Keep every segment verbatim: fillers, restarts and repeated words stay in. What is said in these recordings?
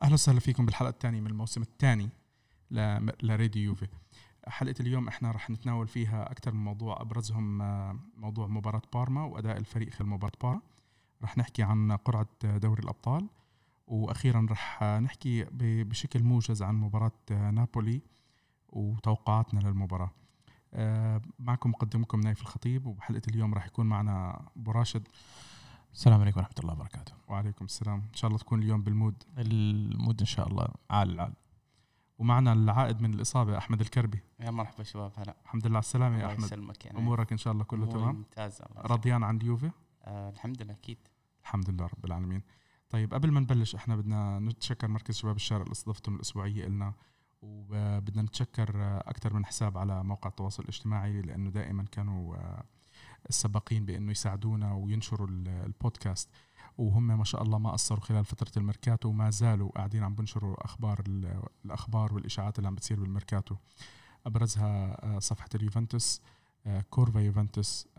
أهلا وسهلا فيكم بالحلقة الثانية من الموسم الثاني لراديو يوفي. حلقة اليوم احنا رح نتناول فيها أكثر من موضوع، أبرزهم موضوع مباراة بارما وأداء الفريق خلال مباراة بارما. رح نحكي عن قرعة دوري الأبطال، وأخيرا رح نحكي بشكل موجز عن مباراة نابولي وتوقعاتنا للمباراة. معكم مقدمكم نايف الخطيب، وبحلقة اليوم رح يكون معنا أبو راشد. السلام عليكم ورحمة الله وبركاته. وعليكم السلام. إن شاء الله تكون اليوم بالمود المود إن شاء الله عال العال. ومعنا العائد من الإصابة أحمد الكربي. يا مرحبا شباب. هلا الحمد لله على السلامة يا أحمد. يسلمك يعني. أمورك إن شاء الله كله تمام؟ ممتازة. رضيان عن اليوفي؟ آه الحمد لله أكيد. الحمد لله رب العالمين. طيب قبل ما نبلش احنا بدنا نتشكر مركز شباب الشارع اللي استضافتهم الأسبوعية إلنا، وبدنا نتشكر أكثر من حساب على موقع التواصل الاجتماعي، لأنه دائما كانوا السباقين بأنه يساعدونا وينشروا البودكاست، وهم ما شاء الله ما قصروا خلال فترة الميركاتو، وما زالوا قاعدين عم بنشروا أخبار الأخبار والإشاعات اللي عم بتصير بالميركاتو. أبرزها صفحة اليوفنتوس، كورفا يوفنتوس،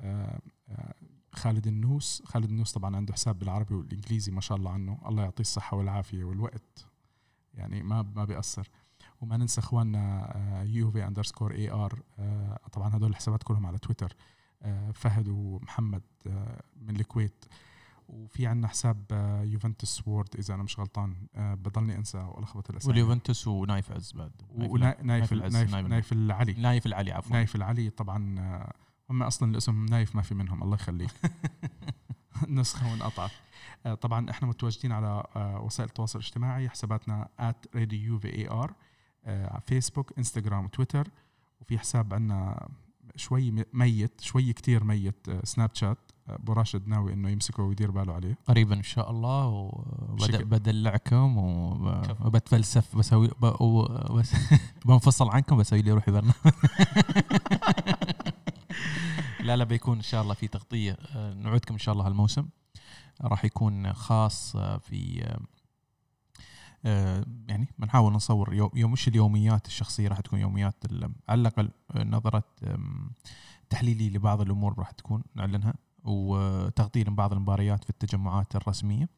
خالد النوس. خالد النوس طبعا عنده حساب بالعربي والإنجليزي ما شاء الله عنه، الله يعطيه الصحة والعافية والوقت، يعني ما ما بيقصر. وما ننسى اخواننا يوفي اندرسكور اي ار، طبعا هدول الحسابات كلهم على تويتر، فهد ومحمد من الكويت. وفي عنا حساب يوفنتوس وورد اذا انا مش غلطان، بضلني انسى والخبط الاسامي. واليوفنتوس ونايف عز بعد، ونايف نايف نايف, نايف العلي نايف العلي عفوا نايف العلي طبعا. هم اصلا الاسم نايف ما في منهم، الله يخليك. نسخه وانقطعت. طبعا احنا متواجدين على وسائل التواصل الاجتماعي، حساباتنا آت راديو يوفي إيه آر، فيسبوك، انستغرام، تويتر. وفي حساب عنا شوي ميت شوي كتير ميت، سناب شات. أبو راشد ناوي إنه يمسكه ويدير باله عليه قريبا إن شاء الله، وبدلعكم وبتفلسف بسوي بس بنفصل عنكم، بسوي لي روحي برنامج. لا لا بيكون إن شاء الله في تغطية، نعودكم إن شاء الله هالموسم راح يكون خاص في يعني بنحاول نصور يوم, يوم مش اليوميات الشخصية، راح تكون يوميات على الأقل نظرة تحليلي لبعض الأمور راح تكون نعلنها، وتغطية بعض المباريات في التجمعات الرسمية،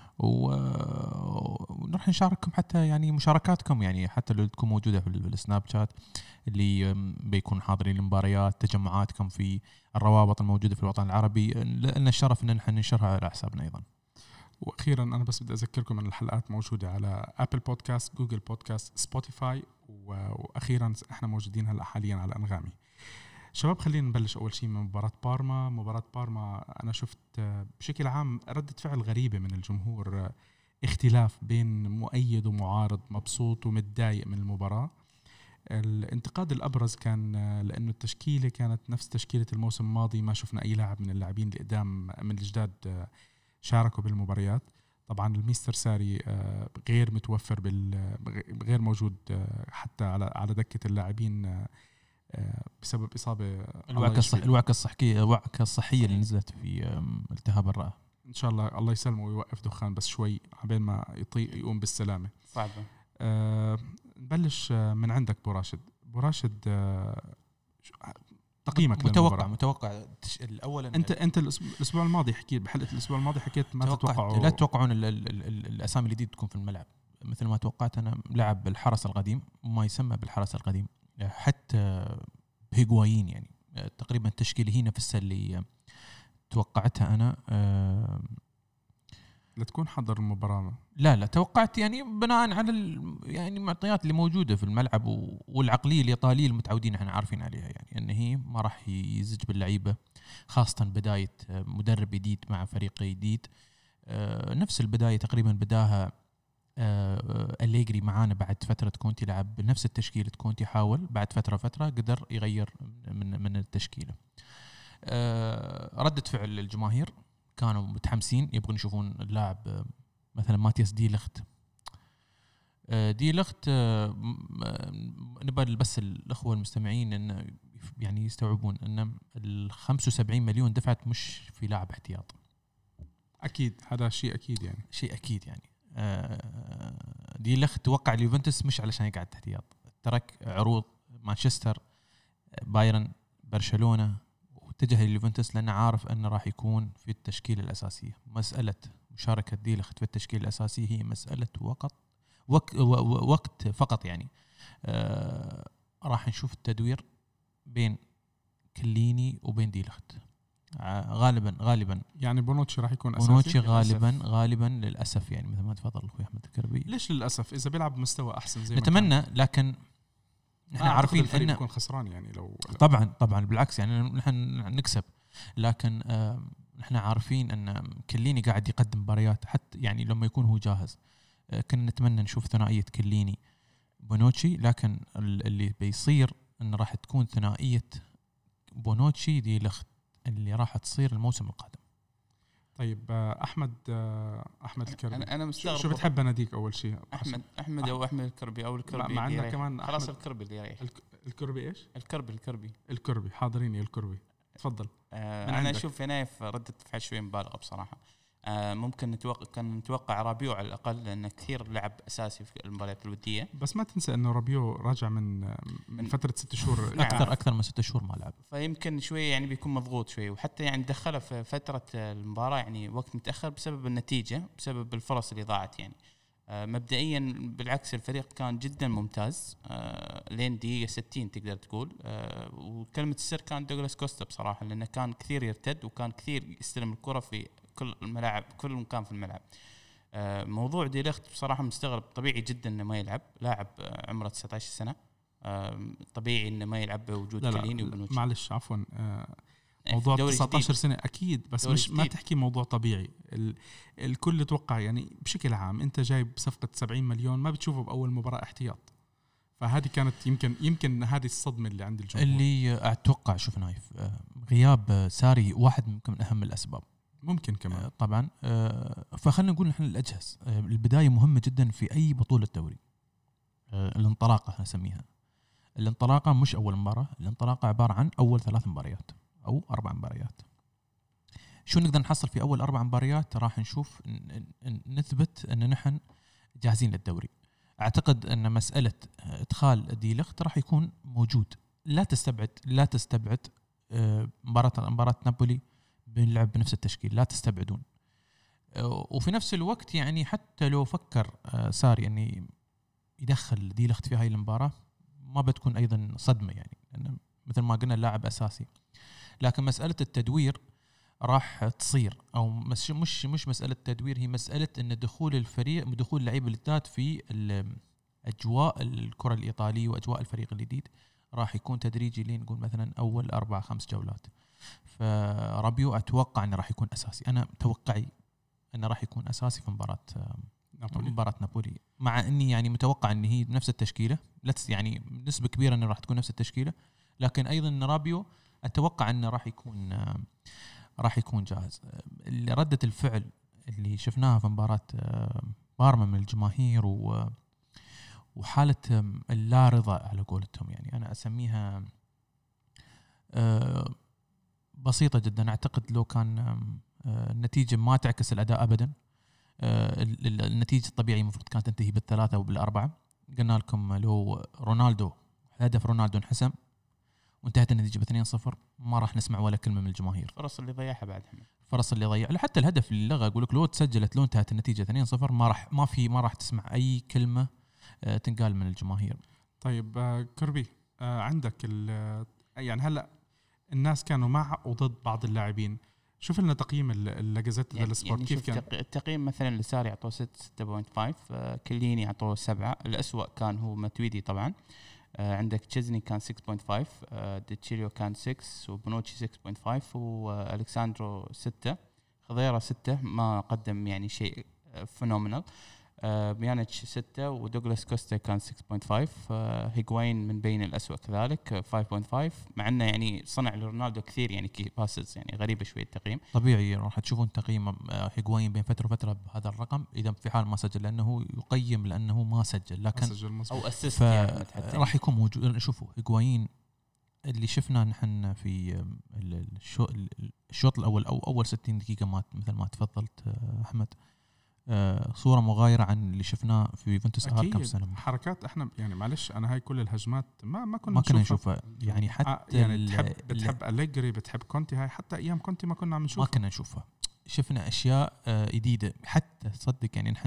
ونروح نشارككم حتى يعني مشاركاتكم، يعني حتى لو تكون موجودة في السناب شات اللي بيكون حاضرين المباريات، تجمعاتكم في الروابط الموجودة في الوطن العربي، لأن الشرف أن نحن ننشرها على حسابنا أيضا. وأخيرا أنا بس بدي أذكركم أن الحلقات موجودة على أبل بودكاست، جوجل بودكاست، سبوتيفاي، وأخيرا إحنا موجودين هلأ حاليا على أنغامي. شباب خلينا نبلش أول شيء من مباراة بارما. مباراة بارما أنا شفت بشكل عام ردة فعل غريبة من الجمهور، اختلاف بين مؤيد ومعارض، مبسوط ومتضايق من المباراة. الانتقاد الأبرز كان لأنه التشكيلة كانت نفس تشكيلة الموسم الماضي، ما شفنا أي لاعب من اللاعبين القدام من الجداد شاركوا بالمباريات. طبعا الميستر ساري غير متوفر غير موجود حتى على على دكة اللاعبين بسبب إصابة. الوعكة الصح الوعكة الصحية الوعكة الصحية اللي نزلت في التهاب الرئة. إن شاء الله الله يسلمه ويوقف دخان بس شوي عبين ما يطيق يقوم بالسلامة. صعبة. أه نبلش من عندك أبو راشد. أبو راشد أه تقييمك متوقع للمباراة. متوقع الأول أنت أنت الأسبوع الماضي حكيت بحلقة الأسبوع الماضي حكيت ما تتوقعوا، لا تتوقعون الأسامي الجديدة تكون في الملعب مثل ما توقعت أنا. لعب الحرس القديم وما يسمى بالحرس القديم، حتى بهيغوايين يعني تقريبا تشكيله هي نفسها اللي توقعتها أنا. أه لا تكون حضر المباراة. لا لا توقعت يعني بناء على يعني المعطيات اللي موجودة في الملعب والعقلية الإيطالية المتعودين احنا عارفين عليها، يعني أن هي ما راح يزج باللعيبة، خاصة بداية مدرب جديد مع فريق جديد. أه نفس البداية تقريبا بداها أليجري معانا بعد فترة كونتي، لعب بنفس التشكيلة كونتي، حاول بعد فترة فترة قدر يغير من من التشكيلة. أه ردة فعل الجماهير كانوا متحمسين يبغون يشوفون اللاعب مثلا ماتياس دي لخت. دي لخت نبغى بس الأخوة المستمعين إن يعني يستوعبون أن الخمسة وسبعين مليون دفعت مش في لاعب احتياط. أكيد هذا شيء أكيد يعني شيء أكيد يعني دي لخت توقع اليوفنتوس مش علشان يقعد احتياط، ترك عروض مانشستر، بايرن، برشلونة، واتجه لليوفنتوس لأنه عارف أنه راح يكون في التشكيلة الأساسية. مسألة مشاركة دي لخت في التشكيلة الأساسية هي مسألة وقت وقت وقت فقط يعني. آه راح نشوف التدوير بين كليني وبين دي ليخت غالبا غالبا يعني بونوتشي راح يكون اساسي. بونوتشي غالبا للأسف. غالبا للاسف يعني مثل ما تفضل اخوي احمد الكربي. ليش للاسف؟ اذا بيلعب بمستوى احسن زي نتمنى ما كان. لكن نحن عارفين ان بيكون خسران يعني لو طبعا طبعا بالعكس يعني نحن نكسب، لكن آه نحن عارفين ان كليني قاعد يقدم مباريات حتى يعني لما يكون هو جاهز. آه كنا نتمنى نشوف ثنائيه كليني بونوتشي، لكن اللي بيصير ان راح تكون ثنائيه بونوتشي دي ليخت اللي راح تصير الموسم القادم. طيب احمد احمد الكربي، انا انا مستغرب شو بتحب اناديك اول شيء؟ احمد احمد او احمد الكربي او الكربي مع انه كمان خلاص الكربي اللي يريح. الكربي ايش؟ الكربي الكربي الكربي حاضريني الكربي تفضل. آه انا اشوف ينايف ردة فعل شوي مبالغه بصراحه. آه ممكن نتوقع كان نتوقع رابيو على الاقل لانه كثير لعب اساسي في المباريات الوديه، بس ما تنسى انه رابيو راجع من من فتره ست شهور اكثر اكثر من ست شهور ما لعب، فيمكن شوي يعني بيكون مضغوط شوي، وحتى يعني دخله في فتره المباراه يعني وقت متاخر بسبب النتيجه بسبب الفرص اللي ضاعت يعني. آه مبدئيا بالعكس الفريق كان جدا ممتاز آه لين دقيقه ستين تقدر تقول. آه وكلمه السر كان دوغلاس كوستا بصراحه، لانه كان كثير يرتد وكان كثير يستلم الكره في كل الملاعب كل مكان في الملعب. آه موضوع دي ليخت بصراحه مستغرب، طبيعي جدا انه ما يلعب، لاعب عمره تسعة عشر سنه، آه طبيعي انه ما يلعب بوجود كليني وبنوتشي. معلش عفوا آه موضوع تسعة عشر سنه اكيد، بس مش جديد. ما تحكي موضوع طبيعي. الكل يتوقع يعني بشكل عام انت جايب صفقه سبعين مليون ما بتشوفه باول مباراه احتياط، فهذه كانت يمكن يمكن هذه الصدمه اللي عند الجمهور اللي اتوقع. شوف نايف غياب ساري واحد من اهم الاسباب ممكن كمان طبعا. فخلنا نقول نحن الاجهز البدايه مهمه جدا في اي بطوله دوري. الانطلاقه نسميها الانطلاقه، مش اول مباراه، الانطلاقه عباره عن اول ثلاث مباريات او اربع مباريات. شو نقدر نحصل في اول اربع مباريات؟ راح نشوف نثبت ان نحن جاهزين للدوري. اعتقد ان مساله ادخال دي ليخت راح يكون موجود. لا تستبعد لا تستبعد مباراه مباراه نابولي بنلعب بنفس التشكيل، لا تستبعدون. وفي نفس الوقت يعني حتى لو فكر ساري اني يدخل دي ليخت في هاي المباراه ما بتكون ايضا صدمه يعني، لأن مثل ما قلنا اللاعب اساسي. لكن مساله التدوير راح تصير، او مش مش مش مساله تدوير، هي مساله ان دخول الفريق دخول لعيبه الجداد في اجواء الكره الايطاليه واجواء الفريق الجديد راح يكون تدريجي لين نقول مثلا اول اربع خمس جولات. فرابيو اتوقع انه راح يكون اساسي، انا توقعي انه راح يكون اساسي في مباراه نابولي. مباراه نابولي، مع اني يعني متوقع ان هي نفس التشكيله، لا يعني نسبه كبيره انه راح تكون نفس التشكيله، لكن ايضا رابيو اتوقع انه راح يكون راح يكون جاهز. ردة الفعل اللي شفناها في مباراة بارما من الجماهير وحالة اللا رضا على قولتهم، يعني أنا أسميها بسيطة جدا. أعتقد لو كان النتيجة ما تعكس الأداء أبدا، النتيجة الطبيعية المفروض كانت تنتهي بالثلاثة أو بالأربعة. قلنا لكم لو رونالدو هدف رونالدو انحسم وانتهت النتيجة باثنين صفر ما راح نسمع ولا كلمة من الجماهير. فرص اللي ضيعها بعد فرص اللي ضيع، حتى الهدف اللي لغى أقول لك لو تسجلت لو انتهت النتيجة اثنين صفر ما راح ما في ما راح تسمع أي كلمة تنقال من الجماهير. طيب كربي عندك يعني هلا الناس كانوا مع وضد بعض اللاعبين، شوف لنا تقييم اللاجازيتا يعني ديلو سبورت يعني كيف كان التقييم؟ مثلا لساري اعطوه ستة فاصلة خمسة، كليني اعطوه سبعة، الأسوأ كان هو ماتويدي طبعا. آه عندك تشيزني كان ستة فاصلة خمسة، آه ديتشيليو كان ستة، وبونوتشي ستة فاصلة خمسة، والكساندرو ستة، خضيرة ستة ما قدم يعني شيء فينومينال. آه بيانيتش ستة، ودوغلاس كوستا كان ستة فاصلة خمسة. آه هيغوين من بين الأسوأ كذلك خمسة فاصلة خمسة، مع انه يعني صنع لرونالدو كثير يعني كي باسز، يعني غريبة شوية التقييم. طبيعي راح تشوفون تقييم هيغوين بين فترة وفترة بهذا الرقم إذا في حال ما سجل، لأنه يقيم لأنه ما سجل، لكن سجل أو أسيست يعني راح يكون موجود. شوفوا هيغوين اللي شفنا نحن في الشوط الأول أو أول ستين دقيقة ما مثل ما تفضلت أحمد، صورة مغايرة عن اللي شفناه في يوفنتوس آخر كم سنة. حركات احنا يعني معلش أنا هاي كل الهجمات ما ما كنا ما كنا نشوفها يعني حتى آه يعني بتحب بتحب أليجري بتحب كونتي، هاي حتى أيام كونتي ما كنا عم نشوفها، ما كنا نشوفها. شفنا أشياء جديدة حتى صدق يعني نحن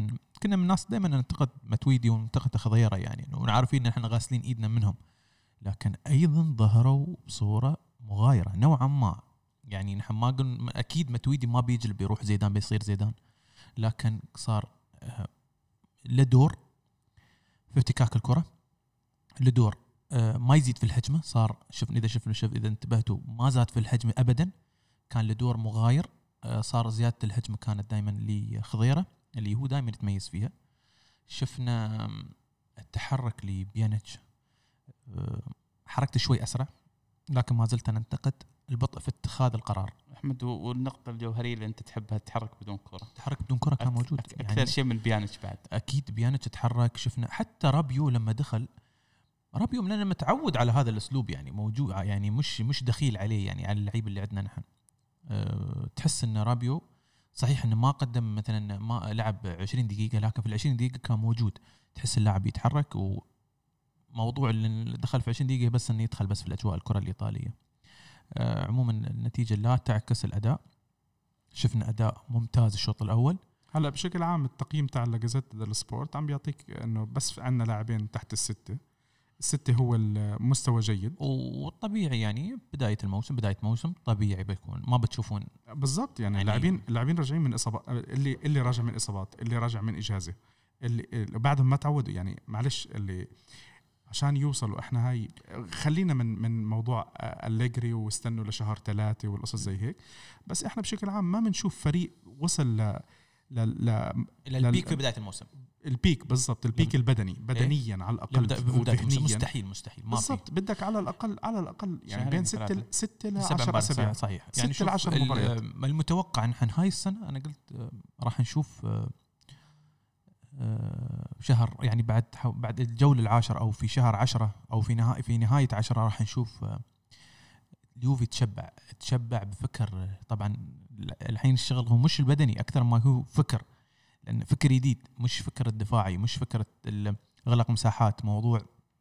كنا من الناس دائما ننتقد متويدي وننتقد خضيره يعني ونعرفين ان احنا غاسلين ايدنا منهم، لكن ايضا ظهروا بصوره مغايره نوعا ما. يعني نحن ما قلنا اكيد متويدي ما بيجي بيروح زيدان بيصير زيدان، لكن صار له دور في افتكاك الكره، له دور ما يزيد في الهجمه. صار شفنا اذا شفنا شوف اذا انتبهتوا ما زاد في الهجمه ابدا، كان له دور مغاير. صار زياده الهجمه كانت دائما لخضيره اللي هو دائما يتميز فيها. شفنا التحرك لبيانيتش حركته شوي اسرع، لكن ما زلت ننتقد البطء في اتخاذ القرار. احمد، والنقطه الجوهريه اللي انت تحبها التحرك بدون كره، التحرك بدون كره كان موجود أك اكثر يعني شيء من بيانيتش بعد. اكيد بيانيتش تحرك. شفنا حتى رابيو لما دخل، رابيو لأنه متعود على هذا الأسلوب يعني موجود يعني مش مش دخيل عليه يعني على اللعيب اللي عندنا نحن. أه تحس إن رابيو صحيح إنه ما قدم مثلا ما لعب عشرين دقيقة، لكن في العشرين دقيقة كان موجود. تحس اللاعب يتحرك، وموضوع اللي دخل في عشرين دقيقة بس إنه يدخل بس في الأجواء الكرة الإيطالية. أه عموما النتيجة لا تعكس الأداء. شفنا أداء ممتاز الشوط الأول. هلا بشكل عام التقييم تاع لاجازيتا ديل سبورت عم بيعطيك إنه بس عندنا لاعبين تحت الستة الستة هو المستوى جيد، والطبيعي يعني بداية الموسم بداية موسم طبيعي بيكون ما بتشوفون بالضبط يعني اللاعبين اللاعبين راجعين من إصابات، اللي اللي راجع من إصابات، اللي راجع من إجازة، اللي بعدهم ما تعودوا يعني معلش اللي عشان يوصلوا. احنا هاي خلينا من من موضوع أليجري واستنوا لشهر ثلاثة والقصص زي هيك، بس احنا بشكل عام ما بنشوف فريق وصل ل ل ل البيك في بداية الموسم. البيك بالضبط البيك البدني بدنيا على الأقل وذهنيا مستحيل مستحيل ما بالضبط. بدك على الأقل على الأقل يعني بين ستة ستة لعشرة أسابيع صحيح يعني ستة لعشر مباريات. المتوقع نحن هاي السنة أنا قلت راح نشوف شهر يعني بعد بعد الجولة العاشرة أو في شهر عشرة أو في نهاية في نهاية عشرة راح نشوف اليوفي تشبع تشبع بفكر. طبعا الحين الشغل هو مش البدني أكثر ما هو فكر، لأن فكر جديد مش فكر الدفاعي مش فكرة غلق مساحات. موضوع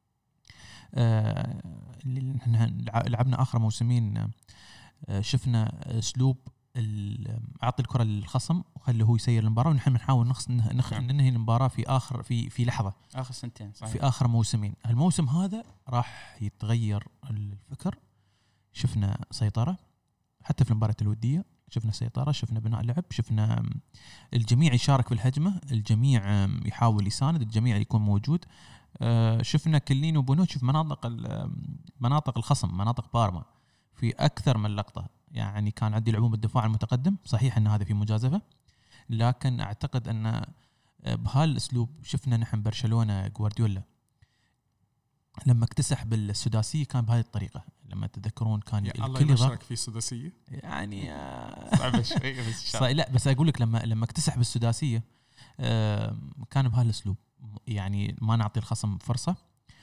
اللي لعبنا آخر موسمين شفنا أسلوب أعطي الكرة للخصم وخليه هو يسير المباراة، ونحن بنحاول نخ نخ ننهي المباراة في آخر في في لحظة آخر سنتين صحيح. في آخر موسمين. الموسم هذا راح يتغير الفكر. شفنا سيطرة حتى في المباراة الودية، شفنا سيطرة، شفنا بناء لعب، شفنا الجميع يشارك في الهجمة، الجميع يحاول يساند، الجميع يكون موجود. شفنا كلينو وبونوتشي في مناطق مناطق الخصم مناطق بارما في أكثر من لقطة. يعني كان عندي يلعبون بالدفاع المتقدم. صحيح أن هذا في مجازفة، لكن أعتقد أن بهالأسلوب شفنا نحن برشلونة غوارديولا لما اكتسح بالسداسية كان بهذه الطريقة. لما تذكرون كان الكل يشارك في السداسية يعني صعبة شوي بس لا بس أقول لك لما لما اكتسح بالسداسية كان بهالأسلوب. يعني ما نعطي الخصم فرصة.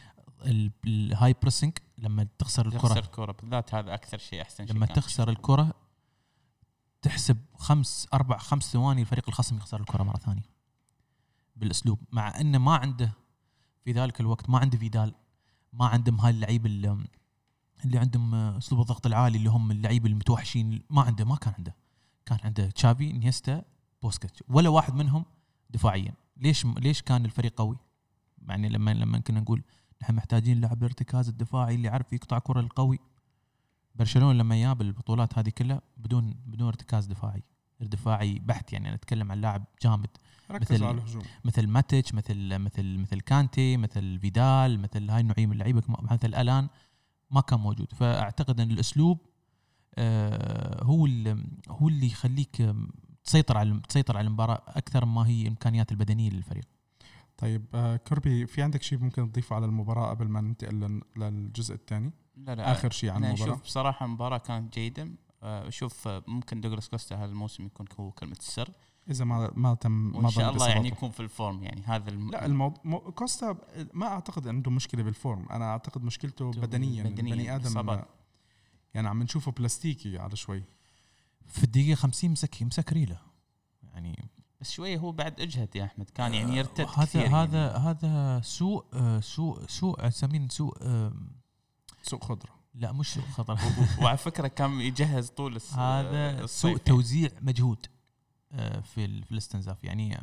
الهاي بريسنج لما تخسر الكرة تخسر الكرة بالذات هذا أكثر شيء أحسن شيء. لما تخسر الكرة تحسب خمس أربع خمس ثواني الفريق الخصم يخسر الكرة مرة ثانية بالأسلوب، مع أنه ما عنده في ذلك الوقت ما عنده فيدال، ما عندهم هاي اللعيب اللي, اللي عندهم أسلوب الضغط العالي اللي هم اللعيب المتوحشين. ما عنده ما كان عنده كان عنده تشافي نيستا بوسكيتش، ولا واحد منهم دفاعيا. ليش ليش كان الفريق قوي؟ يعني لما لما كنا نقول نحن محتاجين لاعب الارتكاز الدفاعي اللي يعرف يقطع كرة القوي. برشلونة لما ياب البطولات هذه كلها بدون بدون ارتكاز دفاعي دفاعي بحت. يعني أنا أتكلم عن لاعب جامد مثل على الهجوم مثل ماتيتش مثل مثل مثل كانتي مثل فيدال مثل هاي النوعية من اللعيبة مثل الان ما كان موجود. فأعتقد أن الأسلوب آه هو اللي هو اللي يخليك تسيطر على تسيطر على المباراة أكثر ما هي إمكانيات البدنية للفريق. طيب آه كربي، في عندك شيء ممكن تضيفه على المباراة قبل ما ننتقل للجزء الثاني؟ لا لا آخر شيء عن المباراة. شوف بصراحة المباراة كانت جيدة. أشوف ممكن دوغلاس كوستا هذا الموسم يكون هو كلمة السر إذا ما ما تم ما إن شاء الله يعني يكون في الفورم. يعني هذا الم... لا الموضوع كوستا ما أعتقد عنده مشكلة بالفورم، أنا أعتقد مشكلته بدنيا, بدنيا بني آدم صبات. يعني عم نشوفه بلاستيكي على شوي في الدقيقة خمسين مسك مسك ريله يعني بس شوية هو بعد اجهد يا أحمد كان يعني يرتد هذا كثير. هذا يعني. هذا سوء سوء سوء سمين سوء سوء خضرة. لا مش سوء خضرة. وعلى فكرة كان يجهز طول هذا سوء توزيع مجهود في في الاستنزاف. يعني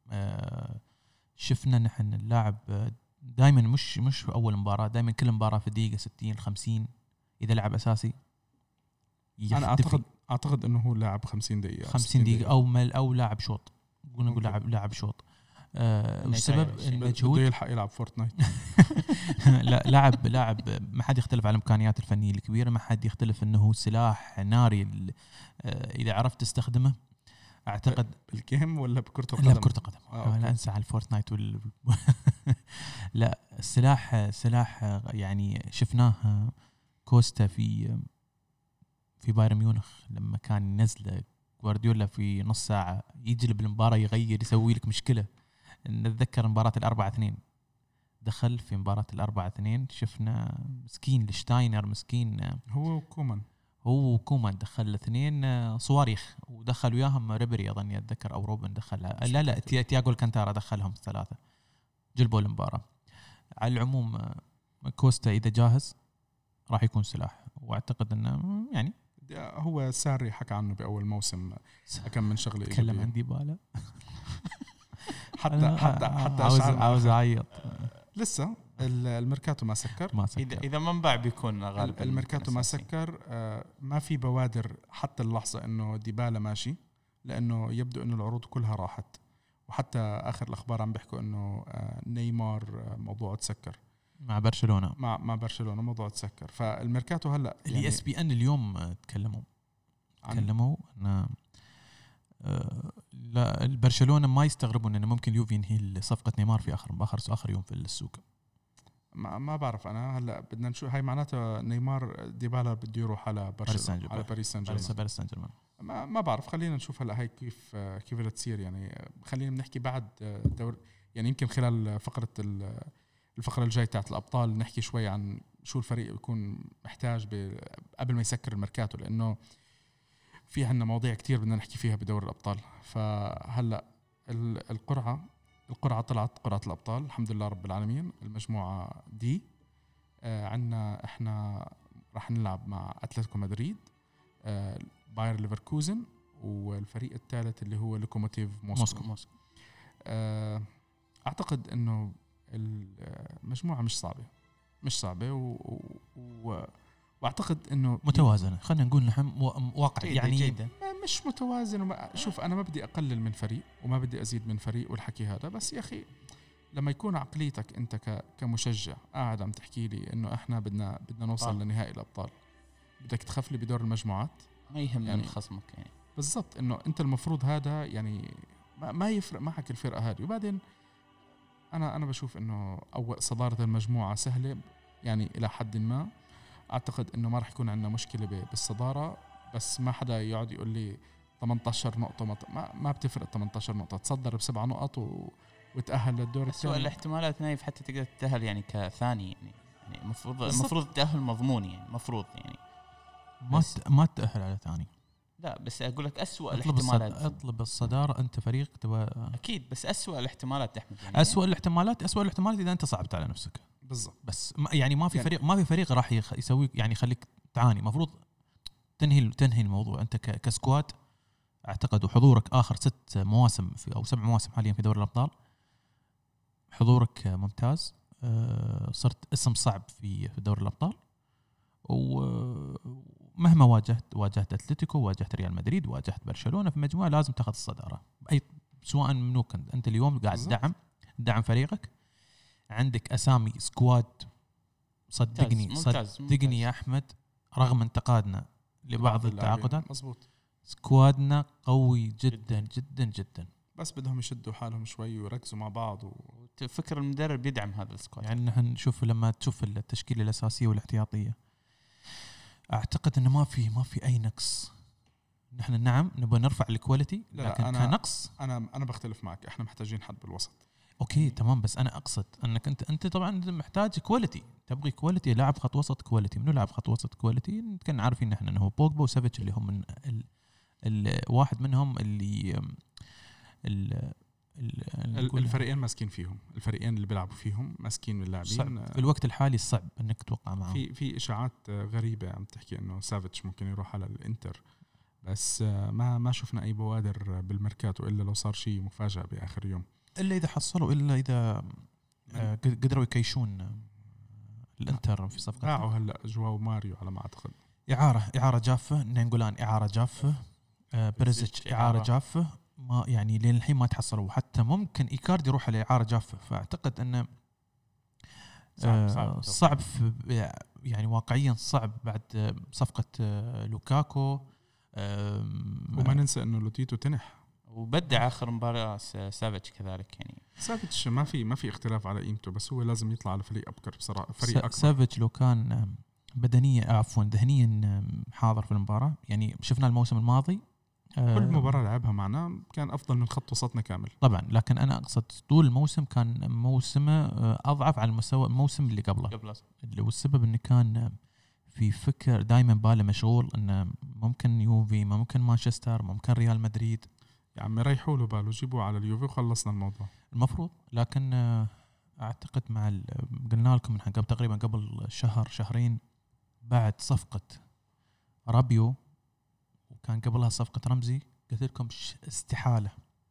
آه شفنا نحن اللاعب دائما مش مش في اول مباراه، دائما كل مباراه في دقيقه ستين خمسين اذا لعب اساسي انا اعتقد اعتقد انه هو لاعب خمسين دقيقه خمسين دقيقه او مل او لاعب شوط، نقول لاعب لاعب شوط. آه والسبب المجهود بده يلحق يلعب فورتنايت. لا لاعب لاعب ما حد يختلف على الامكانيات الفنيه الكبيره، ما حد يختلف انه هو سلاح ناري آه اذا عرفت تستخدمه. اعتقد بالجيم ولا بكره القدم؟ لا بكره القدم. آه لا انسى على الفورتنايت وال لا السلاح سلاح يعني شفناه كوستا في في بايرن ميونخ لما كان نزله جوارديولا في نص ساعه يجلب المباراه يغير يسوي لك مشكله. نتذكر مباراه الأربعة اثنين دخل في مباراه الأربعة اثنين شفنا مسكين لشتاينر مسكين هو وكومان هو وكومان دخل الاثنين صواريخ ودخل وياهم ريبري اظن يتذكر او روبن دخل لا لا تياغو الكانتارا دخلهم الثلاثه جلبوا المباراه. على العموم كوستا اذا جاهز راح يكون سلاح، واعتقد انه يعني هو ساري حكى عنه باول موسم كم من شغله تكلم عن ديبالا حتى حتى حتى عاوز عاوز اعيط لسه الميركاتو ما سكر. ما سكر اذا اذا ما انباع بيكون غالبا الميركاتو ما سكر. ما في بوادر حتى اللحظه انه ديبالا ماشي، لانه يبدو انه العروض كلها راحت، وحتى اخر الاخبار عم بيحكوا انه نيمار موضوع تسكر مع برشلونه مع مع برشلونه موضوع تسكر. فالميركاتو هلا يعني اس بي ان اليوم تكلموا تكلموا ان آه لا البرشلونه ما يستغربون انه ممكن اليوفي ينهي صفقه نيمار في اخر اخر اخر يوم في السوق. ما ما بعرف انا هلا بدنا نشوف هاي معناتها نيمار ديبالا بده يروح على برشلونه على باريس سان جيرمان باريس سان جيرمان ما ما بعرف. خلينا نشوف هلا هاي كيف كيف بدها تصير. يعني خلينا بنحكي بعد دور يعني يمكن خلال فقره الفقره الجايه تاعت الابطال نحكي شوي عن شو الفريق بيكون محتاج قبل ما يسكر الميركاتو، لانه في عندنا مواضيع كتير بدنا نحكي فيها بدور الابطال. فهلا القرعه القرعه طلعت قرعه الابطال الحمد لله رب العالمين. المجموعه دي آه عندنا احنا راح نلعب مع اتلتيكو مدريد آه باير ليفركوزن والفريق الثالث اللي هو لوكوموتيف موسكو, موسكو. آه اعتقد انه المجموعه مش صعبه مش صعبه و, و واعتقد انه متوازنه. خلينا نقول نحن واقع يعني جيدة. مش متوازن وما شوف انا ما بدي اقلل من فريق وما بدي ازيد من فريق والحكي هذا، بس يا اخي لما يكون عقليتك انت كمشجع قاعد عم تحكي لي انه احنا بدنا بدنا نوصل آه. لنهائي الابطال، بدك تخفلي بدور المجموعات ما يهم يعني خصمك يعني بالضبط انه انت المفروض هذا يعني ما, ما يفرق معك الفرقه هذه. وبعدين انا انا بشوف انه اول صداره المجموعه سهله يعني الى حد ما. اعتقد انه ما راح يكون عندنا مشكله بالصداره، بس ما حدا يقعد يقول لي ثمانية عشر نقطه ما ما بتفرق. ثمانية عشر نقطه تصدر بسبع نقط و... وتاهل للدور الثاني. سؤال الاحتمالات نايف حتى تقدر تتاهل يعني كثاني يعني يعني المفروض المفروض تاهل مضموني يعني المفروض يعني ما ت... ما تاهل على ثاني. لا بس اقول لك اسوأ اطلب الاحتمالات الصد... اطلب الصداره انت فريق تبغى اكيد، بس اسوأ الاحتمالات احمد يعني اسوأ الاحتمالات اسوأ الاحتمالات اذا انت صعبت على نفسك بالضبط. بس ما يعني ما في يعني فريق ما في فريق راح يسوي يعني يخليك تعاني. مفروض تنهي تنهي الموضوع انت كسكواد. اعتقد وحضورك اخر ست مواسم في او سبع مواسم حاليا في دوري الابطال حضورك ممتاز. صرت اسم صعب في في دوري الابطال، ومهما واجهت واجهت اتلتيكو واجهت ريال مدريد واجهت برشلونه في مجموعه لازم تاخذ الصداره اي سواء منو كنت انت. اليوم قاعد دعم دعم فريقك، عندك اسامي سكواد صدقني ممتاز صدقني ممتاز. يا احمد رغم انتقادنا لبعض التعاقدات مزبوط سكوادنا قوي جدا جدا جدا، بس بدهم يشدوا حالهم شوي ويركزوا مع بعض وفكر المدرب يدعم هذا السكواد. يعني نحن نشوف لما تشوف التشكيله الاساسيه والاحتياطيه اعتقد انه ما في ما في اي نقص. نحن نعم نبغى نرفع الكواليتي لكن أنا كنقص انا انا بختلف معك. احنا محتاجين حد بالوسط. اوكي تمام، بس انا اقصد انك انت انت طبعا محتاج كواليتي. تبغي كواليتي لاعب خط وسط كواليتي. منو لاعب خط وسط كواليتي؟ كنا عارفين نحن انه هو بوجبا وسافيتش اللي هم من ال ال واحد منهم اللي ال الفريقين ماسكين فيهم. الفريقين اللي بيلعبوا فيهم ماسكين من اللاعبين. في الوقت الحالي صعب انك توقع معهم. في في اشاعات غريبه عم تحكي انه سافيتش ممكن يروح على الانتر بس ما ما شفنا اي بوادر بالميركاتو الا لو صار شيء مفاجأة باخر يوم، الا اذا حصلوا، الا اذا آه، قدروا يكيشون الانتر في صفقه. باعوا هلا جواو ماريو على ما اعتقد. اعاره اعاره جافه، نانجولان اعاره جافه، آه، بريزيتش اعاره جافه، ما يعني لين الحين ما تحصلوا. حتى ممكن ايكاردي يروح على اعاره جافه. فاعتقد انه صعب صعب, صعب في يعني واقعيا صعب بعد صفقه لوكاكو. وما ننسى انه لوتيتو تنح وبدع اخر مباراه سافيتش كذلك. يعني سافيتش ما في ما في اختلاف على قيمته، بس هو لازم يطلع على فريق ابكر بصراحه، فريق اكبر. سافيتش لو كان بدنيا عفوا ذهنيا حاضر في المباراه، يعني شفنا الموسم الماضي كل مباراه لعبها معنا كان افضل من خط وسطنا كامل طبعا، لكن انا اقصد طول الموسم كان موسمه اضعف على المستوى الموسم اللي قبله قبله اللي والسبب انه كان في فكر دائما باله مشغول انه ممكن يوفي، ممكن مانشستر، ممكن ريال مدريد. يا عمي ريحوا له باله، جيبوه على اليوفي وخلصنا الموضوع المفروض. لكن اعتقد مع قلنا لكم قبل تقريبا قبل شهر شهرين بعد صفقه رابيو، وكان قبلها صفقه رمزي، قلت لكم استحاله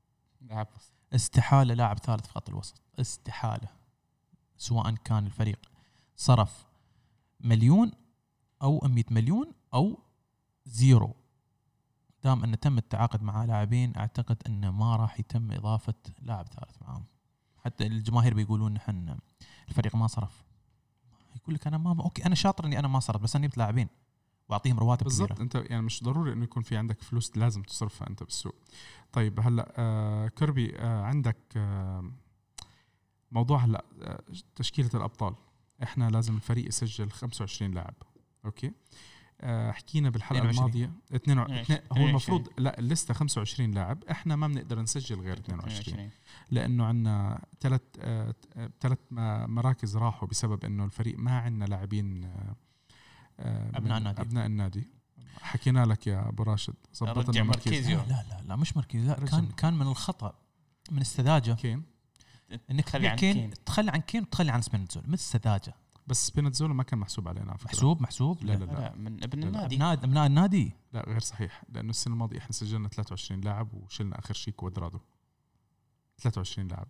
استحاله لاعب ثالث في خط الوسط، استحاله، سواء كان الفريق صرف مليون او مئة مليون او زيرو. دام ان تم التعاقد مع لاعبين، اعتقد انه ما راح يتم اضافه لاعب ثالث معهم. حتى الجماهير بيقولون نحن الفريق ما صرف، يقول لك انا ما اوكي انا شاطر اني انا ما صرف، بس انا جبت لاعبين واعطيهم رواتب كبيره. بالضبط. انت يعني مش ضروري انه يكون في عندك فلوس لازم تصرفها انت بالسوق. طيب هلا آه كربي، آه عندك آه موضوع هلا آه تشكيله الابطال. احنا لازم الفريق يسجل خمسة وعشرين لاعب. اوكي آه حكينا بالحلقه الماضيه اثنين وعشرين. هو المفروض لا الليسته خمسة وعشرين لاعب، احنا ما بنقدر نسجل غير اثنين وعشرين لانه عندنا ثلاث ثلاث آه مراكز راحوا بسبب انه الفريق ما عندنا لاعبين آه ابناء النادي. ابناء النادي حكينا لك يا ابو راشد، ظبطنا مركزيو. لا لا لا مش مركزيو، لا كان كان من الخطا، من السذاجه كين، انك تخلي عن كين، تخلي عن كين وتخلي عن سبينتزولا، من السذاجه. بس سبينتزولا ما كان محسوب علينا على فكرة. محسوب محسوب لا لا, لا, لا من ابن النادي، ابناء النادي. لا غير صحيح، لانه السنه الماضيه احنا سجلنا ثلاثة وعشرين لاعب وشلنا اخر شيء كوادرادو. ثلاثة وعشرين لاعب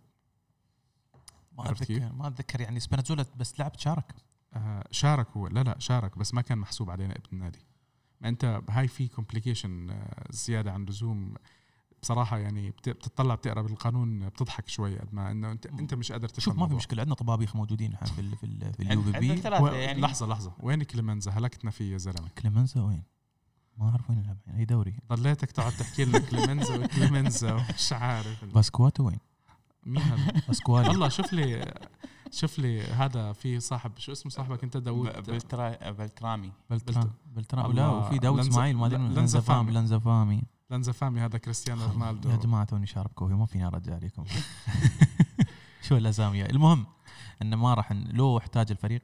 ما اتذكر ما اتذكر يعني سبينتزولا بس لعب شارك. آه شارك هو، لا لا شارك بس ما كان محسوب علينا ابن النادي. ما انت هاي في كومبليكيشن آه زياده عن اللزوم بصراحه. يعني بتطلع بتقرا بالقانون بتضحك شوي قد ما انه انت انت مش قادر تفهم. شوف ما في مشكله، عندنا طبابيخ موجودين في ال في ال في اليو بي بي. يعني لحظه لحظه وين كليمنزا؟ هلكتنا فيه يا زلمه. كليمنزا وين؟ ما اعرف وين يلعب اي دوري. ضليتك تقعد تحكي لنا كليمنزا وكليمنزا ومش عارف. باسكواتو وين؟ مين هذا؟ باسكوالي. والله شوف لي شوف لي هذا في صاحب، شو اسمه صاحبك انت؟ داوود بلترا بلترامي بلترا بلترا لا، وفي داوود اسماعيل ما ادري. لنزفامي لنزفامي لنزفامي هذا كريستيانو رونالدو. يا جماعه توني شارب كوفي ما فيني ارجع عليكم. شو الاسامي. المهم انه ما راح لو احتاج الفريق.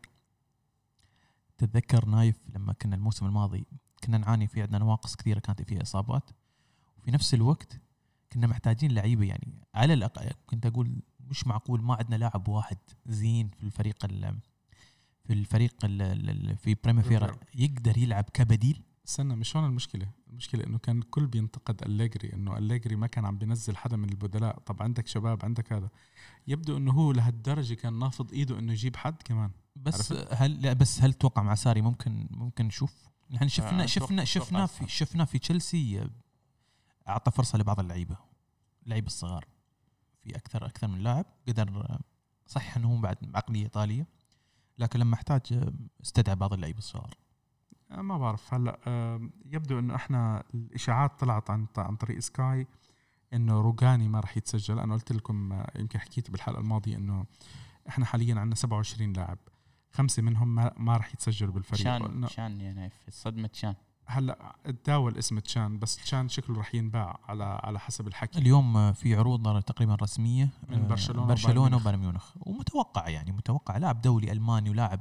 تتذكر نايف لما كنا الموسم الماضي كنا نعاني في عندنا نواقص كثيره، كانت فيها اصابات، وفي نفس الوقت كنا محتاجين لعيبه. يعني على الاقل كنت اقول مش معقول ما عندنا لاعب واحد زين في الفريق في الفريق في بريميرا يقدر يلعب كبديل. استنى، مش هون المشكله. المشكله انه كان الكل بينتقد أليجري انه أليجري ما كان عم بينزل حدا من البدلاء. طب عندك شباب، عندك هذا. يبدو انه هو لهالدرجه كان نافض ايده انه يجيب حد كمان. بس عرفت؟ هل لا بس هل توقع مع ساري ممكن ممكن نشوف؟ نحن شفنا شفنا شفنا في شفنا في تشيلسي اعطى فرصه لبعض اللعيبه، اللعيبه الصغار في اكثر اكثر من لاعب قدر. صح انه بعد عقليه ايطاليه، لكن لما احتاج استدعى بعض اللعيبه الصغار. ما بعرف. هلا يبدو انه احنا الاشاعات طلعت عن عن طريق سكاي انه روجاني ما راح يتسجل. انا قلت لكم يمكن حكيت بالحلقه الماضيه انه احنا حاليا عندنا سبعة وعشرين لاعب، خمسه منهم ما راح يتسجلوا بالفريق. شان شان يعني في صدمه شان. هلا تداول اسم تشان، بس تشان شكله راح ينباع على على حسب الحكي. اليوم في عروض تقريبا رسميه من برشلونه برشلونه وبايرن ميونخ، ومتوقع يعني متوقع لاعب دولي الماني ولاعب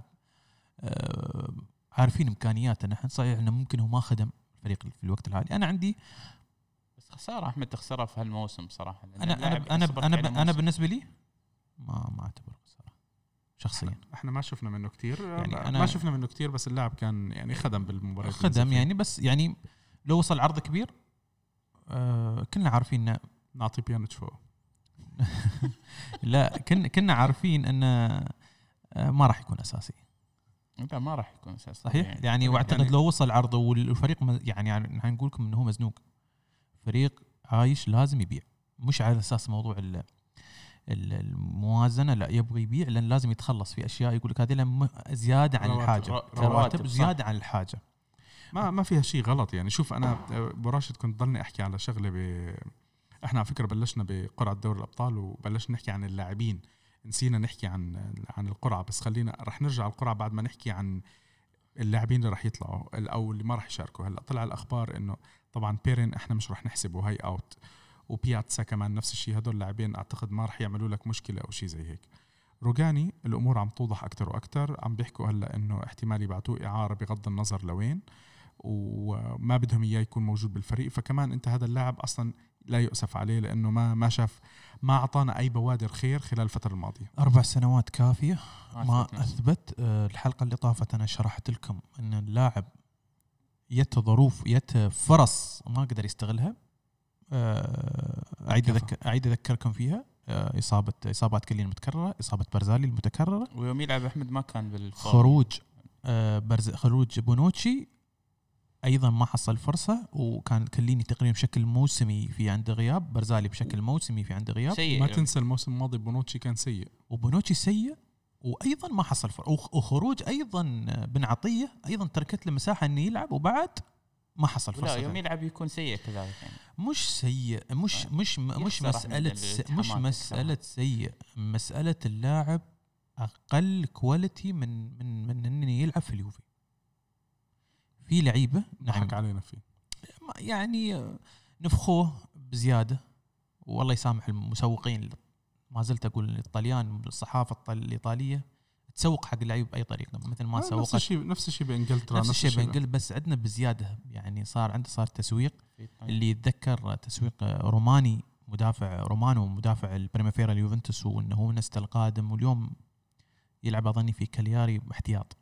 آه عارفين امكانياته. نحن صحيح انه ممكن هو ما خدم الفريق في الوقت الحالي. انا عندي بس خساره احمد تخسرها في هالموسم صراحه. انا انا انا انا, أنا بالنسبه لي ما ما اعتبره خساره شخصيا. احنا ما شفنا منه كتير، يعني أنا ما شفنا منه كتير، بس اللاعب كان يعني خدم بالمباراه، خدم يعني، بس يعني لو وصل عرض كبير آه كنا عارفين إن نعطي بيانتش فوق. لا كنا كنا عارفين أن آه ما راح يكون أساسي. لا ما راح يكون أساسي صحيح يعني, يعني واعتقد يعني لو وصل عرضه والفريق يعني نحن نقول لكم انه هو مزنوق فريق عايش لازم يبيع مش على اساس موضوع الموازنه لا يبغى يبيع لان لازم يتخلص في اشياء يقول لك هذه زياده عن الحاجه رواتب زياده عن الحاجه ما ما فيها شيء غلط يعني. شوف انا براشد كنت ضلني احكي على شغله ب... احنا على فكره بلشنا بقرعه دوري الابطال وبلشنا نحكي عن اللاعبين نسينا نحكي عن عن القرعه بس خلينا رح نرجع على القرعه بعد ما نحكي عن اللاعبين اللي رح يطلعوا او اللي ما رح يشاركوا. هلا طلع الاخبار انه طبعا بيرين احنا مش رح نحسبه هاي اوت وبياتسا كمان نفس الشيء هدول اللاعبين اعتقد ما رح يعملوا لك مشكله او شيء زي هيك. روجاني الامور عم توضح اكثر واكثر عم بيحكوا هلا انه احتمال يبعتوه اعاره بغض النظر لوين وما بدهم اياه يكون موجود بالفريق. فكمان انت هذا اللاعب اصلا لا يؤسف عليه لانه ما ما شاف ما اعطانا اي بوادر خير خلال الفتره الماضيه. اربع سنوات كافيه ما اثبت. الحلقه اللي طافت انا شرحت لكم ان اللاعب يت ظروف يت فرص ما قدر يستغلها. اعيد اذكر اعيد اذكركم فيها اصابه اصابات كلين المتكرره اصابه برزالي المتكرره ويوم يلعب احمد ما كان بالفورم خروج برز خروج بونوتشي ايضا ما حصل فرصه وكان كليني تقريبا بشكل موسمي في عنده غياب برزالي بشكل موسمي في عنده غياب. ما تنسى الموسم الماضي بونوتشي كان سيء وبونوتشي سيء وايضا ما حصل فرصه وخروج ايضا بن عطيه ايضا تركت له مساحه انه يلعب وبعد ما حصل فرصه. لا يوم يلعب يكون سيء كذلك يعني. مش سيء مش مش مش مساله مش مساله سيء مساله اللاعب اقل كواليتي من من من انه يلعب في اليوفي. في لعيبه نحك علينا فيه يعني نفخوه بزياده والله يسامح المسوقين ما زلت اقول الطليان الصحافه الإيطالية تسوق حق اللعيب باي طريقه مثل ما سوقت. نفس الشيء نفس الشيء بانجلترا نفس الشيء بانجلترا بس عندنا بزياده يعني صار عنده صار تسويق اللي يتذكر تسويق روماني مدافع رومانو مدافع البريميرا اليوفنتوس وانه هو نست القادم واليوم يلعب اظني في كالياري احتياط.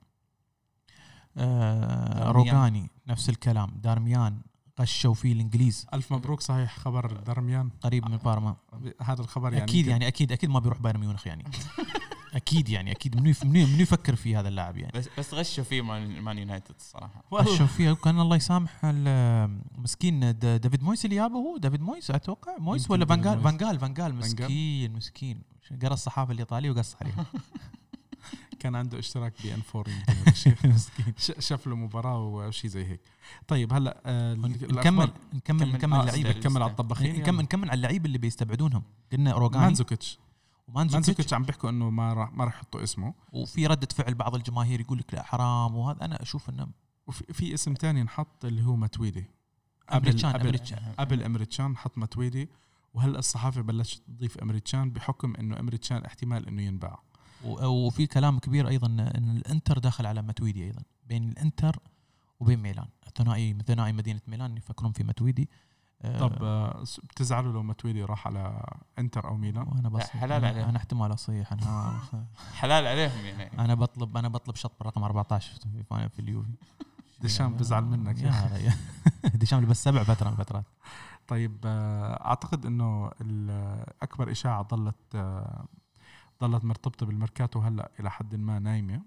آه روغاني نفس الكلام. دارميان غشوا فيه الانجليز. الف مبروك صحيح خبر دارميان قريب من بارما. هذا الخبر يعني اكيد يعني اكيد اكيد ما بيروح بايرن ميونخ يعني اكيد يعني اكيد منو منو يفكر في هذا اللاعب يعني. بس بس غشوا فيه مان يونايتد الصراحه غشوا فيه وكان الله يسامح مسكين دافيد مويس اللي جابه هو دافيد مويس اتوقع مويس ولا فانجال فانجال فانجال مسكين مسكين قرا الصحافه الايطاليه وقص عليه. كان عنده اشتراك بي ان فور شاف له مباراه وشي زي هيك. طيب هلا آه نكمل نكمل نكمل اللعيبه نكمل على الطباخين نكمل نكمل على اللعيبه اللي بيستبعدونهم. قلنا روغاني مانزوكيتش ومانزوكيتش عم بيحكوا انه ما راح ما راح يحطوا اسمه وفي ردة فعل بعض الجماهير يقول لك لا حرام وهذا انا اشوف انه وفي في اسم تاني نحط اللي هو ماتويدي قبل قبل قبل امريتشان حط ماتويدي وهلا الصحافه بلشت تضيف امريتشان بحكم انه امريتشان احتمال انه ينباع. وفي كلام كبير ايضا ان الانتر داخل على ماتويدي ايضا بين الانتر وبين ميلان ثنائي ثنائي مدينه ميلان يفكرون في ماتويدي. طب بتزعلوا لو ماتويدي راح على انتر او ميلان؟ وانا بس حلال عليهم. انا احتمال اصيح انا حلال عليهم يعني. انا بطلب انا بطلب شط رقم أربعة عشر في في اليوفي. ديشام بزعل منك يا ديشام بس سبع فتره من فترات. طيب اعتقد انه اكبر اشاعه ضلت ضلت مرتبطه بالميركاتو هلا الى حد ما نايمه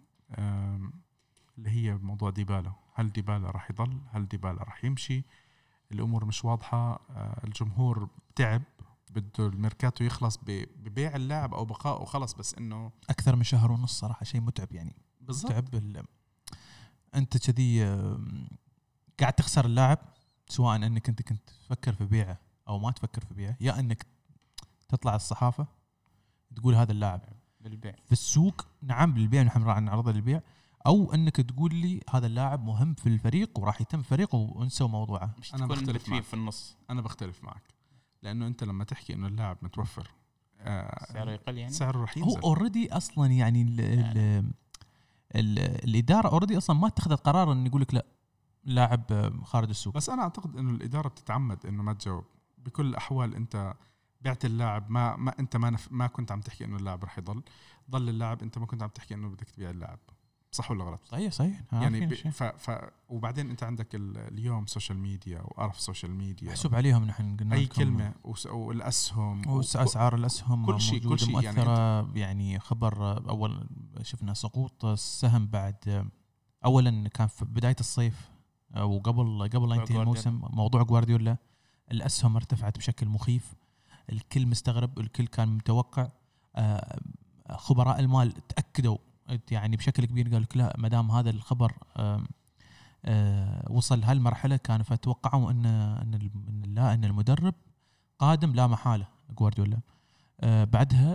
اللي هي موضوع ديبالا. هل ديبالا راح يضل؟ هل ديبالا راح يمشي؟ الامور مش واضحه. الجمهور تعب بده الميركاتو يخلص ببيع اللاعب او بقائه وخلص بس انه اكثر من شهر ونص صراحه شيء متعب يعني بالضبط. متعب ال... انت كذي قاعد تخسر اللاعب سواء انك انت كنت تفكر في بيعه او ما تفكر في بيعه يا انك تطلع الصحافه تقول هذا اللاعب للبيع في السوق نعم للبيع نحن راح نعرضه للبيع او انك تقول لي هذا اللاعب مهم في الفريق وراح يتم الفريق ونسوي موضوعه. انا بختلف فيه في النص. انا بختلف معك لانه انت لما تحكي انه اللاعب متوفر آه سعره يقل يعني سعره راح ينزل. هو اوريدي اصلا يعني ال ال ال الاداره اوريدي اصلا ما اتخذت قرار ان يقول لك لا لاعب خارج السوق. بس انا اعتقد انه الاداره بتتعمد انه ما تجاوب بكل الاحوال. انت بعت اللاعب ما ما انت ما نف... ما كنت عم تحكي انه اللاعب راح يضل ضل اللاعب انت ما كنت عم تحكي انه بدك تبيع اللاعب. صح ولا غلط؟ صحيح صحيح يعني ب... ف... ف... وبعدين انت عندك ال... اليوم سوشيال ميديا وقرف سوشيال ميديا محسوب عليهم نحن قلنا اي كلمه وس... والاسهم واسعار الاسهم كل شيء موجوده كل شيء مؤثره. يعني, يعني خبر اول شفنا سقوط السهم بعد اولا كان في بدايه الصيف وقبل قبل لا ينتهي الموسم موضوع غوارديولا الاسهم ارتفعت بشكل مخيف. الكل مستغرب الكل كان متوقع. خبراء المال تاكدوا يعني بشكل كبير قالوا لك لا ما دام هذا الخبر آآ آآ وصل هالمرحله كانوا فتوقعوا ان ان ان لا ان المدرب قادم لا محاله غوارديولا. بعدها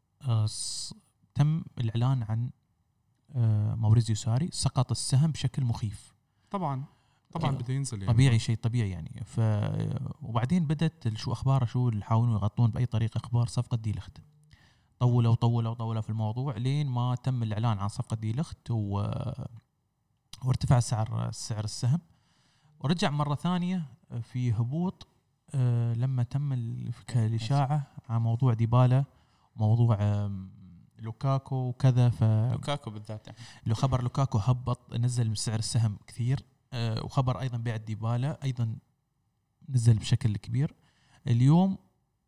تم الاعلان عن موريزيو ساري سقط السهم بشكل مخيف. طبعا طبعا بده ينزل يعني طبيعي شيء طبيعي يعني. ف وبعدين بدت شو اخبار شو اللي يحاولون يغطون باي طريقه اخبار صفقه دي لخت. طولوا وطولوا وطولوا في الموضوع لين ما تم الإعلان عن صفقة دي لخت و... وارتفع سعر سعر السهم ورجع مرة ثانية في هبوط لما تم الإشاعة عن موضوع ديبالا موضوع لوكاكو وكذا. ف لوكاكو بالذات لو خبر لوكاكو هبط نزل من سعر السهم كثير. وخبر أيضا بيع ديبالا أيضا نزل بشكل كبير. اليوم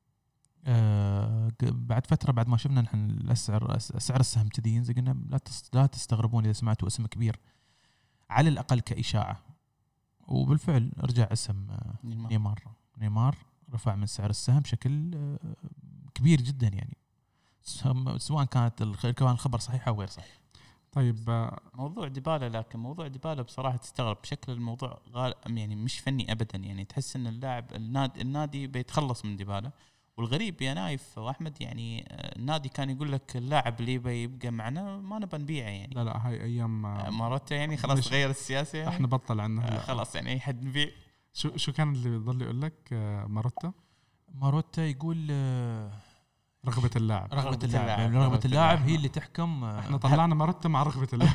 آه بعد فترة بعد ما شفنا نحن السعر سعر السهم كذي ينزل قلنا لا لا تستغربون إذا سمعتوا اسم كبير على الأقل كإشاعة. وبالفعل رجع اسم آه نيمار. نيمار رفع من سعر السهم بشكل آه كبير جدا يعني سواء كانت كمان الخبر صحيح أو غير صحيح. طيب موضوع ديبالا لكن موضوع ديبالا بصراحة تستغرب بشكل الموضوع غال يعني مش فني أبدا يعني تحس إن اللاعب النادي النادي بيتخلص من ديبالا. والغريب يا نايف واحمد يعني النادي كان يقول لك اللاعب اللي بيبقى معنا ما نبى نبيعه يعني. لا لا هاي ايام مرات يعني خلاص غير السياسه يعني احنا بطل عنا خلاص يعني اي حد نبيع. شو شو كان اللي بيضل يقول لك ماروتا ماروتا يقول رغبة اللاعب رغبة اللاعب رغبة اللاعب هي اللي تحكم. احنا طلعنا ماروتا مع رغبة اللاعب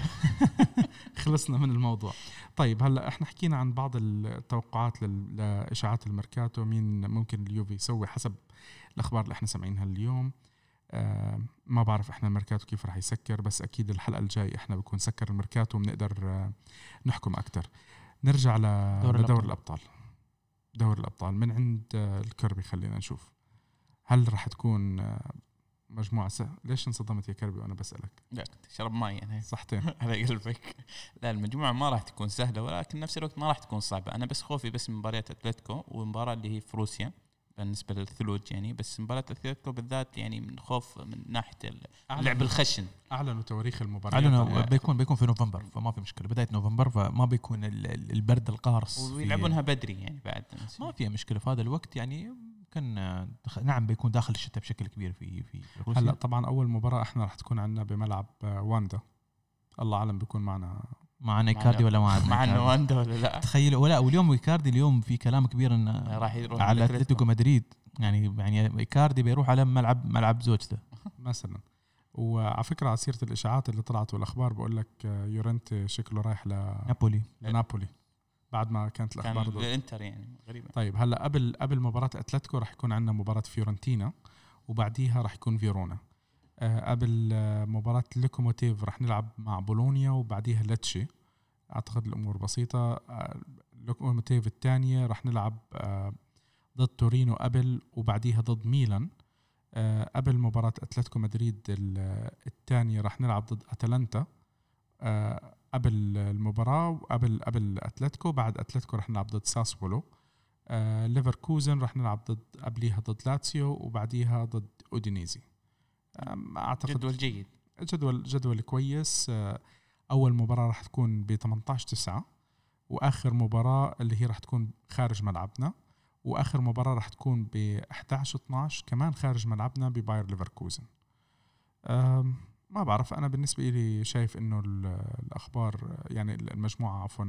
خلصنا من الموضوع. طيب هلا احنا حكينا عن بعض التوقعات لاشاعات الميركاتو مين ممكن اليوفي يسوي حسب الأخبار اللي احنا سمعينها اليوم. آه ما بعرف احنا الميركاتو كيف رح يسكر بس أكيد الحلقة الجاي احنا بكون سكر الميركاتو وبنقدر آه نحكم أكتر. نرجع لدور الأبطال. الأبطال دور الأبطال من عند آه الكربي. خلينا نشوف هل رح تكون آه مجموعة سهلة. ليش انصدمت يا كربي وأنا بسألك؟ لا تشرب ماء يعني صحتين على قلبك. لا المجموعة ما راح تكون سهلة ولكن نفس الوقت ما راح تكون صعبة. أنا بس خوفي بس من مباريات أتلتيكو والمباراة اللي هي في روسيا بالنسبة للثلوج يعني. بس مباراة أتلتيكو بالذات يعني من خوف من ناحية اللعب الخشن. أعلنوا تواريخ المباراة أعلنوا بيكون بيكون في نوفمبر فما في مشكلة بداية نوفمبر فما بيكون البرد القارس ويلعبونها بدري يعني بعد ما فيها مشكلة في هذا الوقت يعني. كان نعم بيكون داخل الشتاء بشكل كبير في في روسيا. هلا طبعا أول مباراة إحنا رح تكون عندنا بملعب واندا. الله أعلم بيكون معنا معنا إيكاردي ولا ما معنا واندا ولا لا. تخيل ولا واليوم إيكاردي اليوم في كلام كبير إنه راح يروح على أتلتيكو مدريد يعني يعني إيكاردي بيروح على ملعب ملعب زوجته مثلا. وعلى فكرة على سيرة الإشاعات اللي طلعت والأخبار بقول لك يورنتي شكله رايح لنابولي لنابولي بعد ما كانت الأخبار كان الانتر يعني غريبة. طيب هلا قبل قبل مباراة أتلتيكو راح يكون عندنا مباراة فيورنتينا وبعديها راح يكون فيرونا. أه قبل مباراة لوكوموتيف راح نلعب مع بولونيا وبعديها لاتشي. أعتقد الأمور بسيطة. أه لوكوموتيف الثانية راح نلعب أه ضد تورينو قبل وبعديها ضد ميلان. أه قبل مباراة أتلتيكو مدريد الثانية راح نلعب ضد أتلانتا أه قبل المباراة وقبل قبل أتلتيكو. بعد أتلتيكو رح نلعب ضد ساسولو. آه ليفركوزن رح نلعب ضد قبليها ضد لاتسيو وبعديها ضد أودينيزي. آه أعتقد جدول جيد جدول جدول كويس. آه أول مباراة رح تكون ب ثمانية عشر تسعة وآخر مباراة اللي هي رح تكون خارج ملعبنا وآخر مباراة رح تكون ب إحدى عشر اثنا عشر كمان خارج ملعبنا بباير ليفركوزن. آه ما بعرف أنا بالنسبة لي شايف إنه الأخبار يعني المجموعة عفوا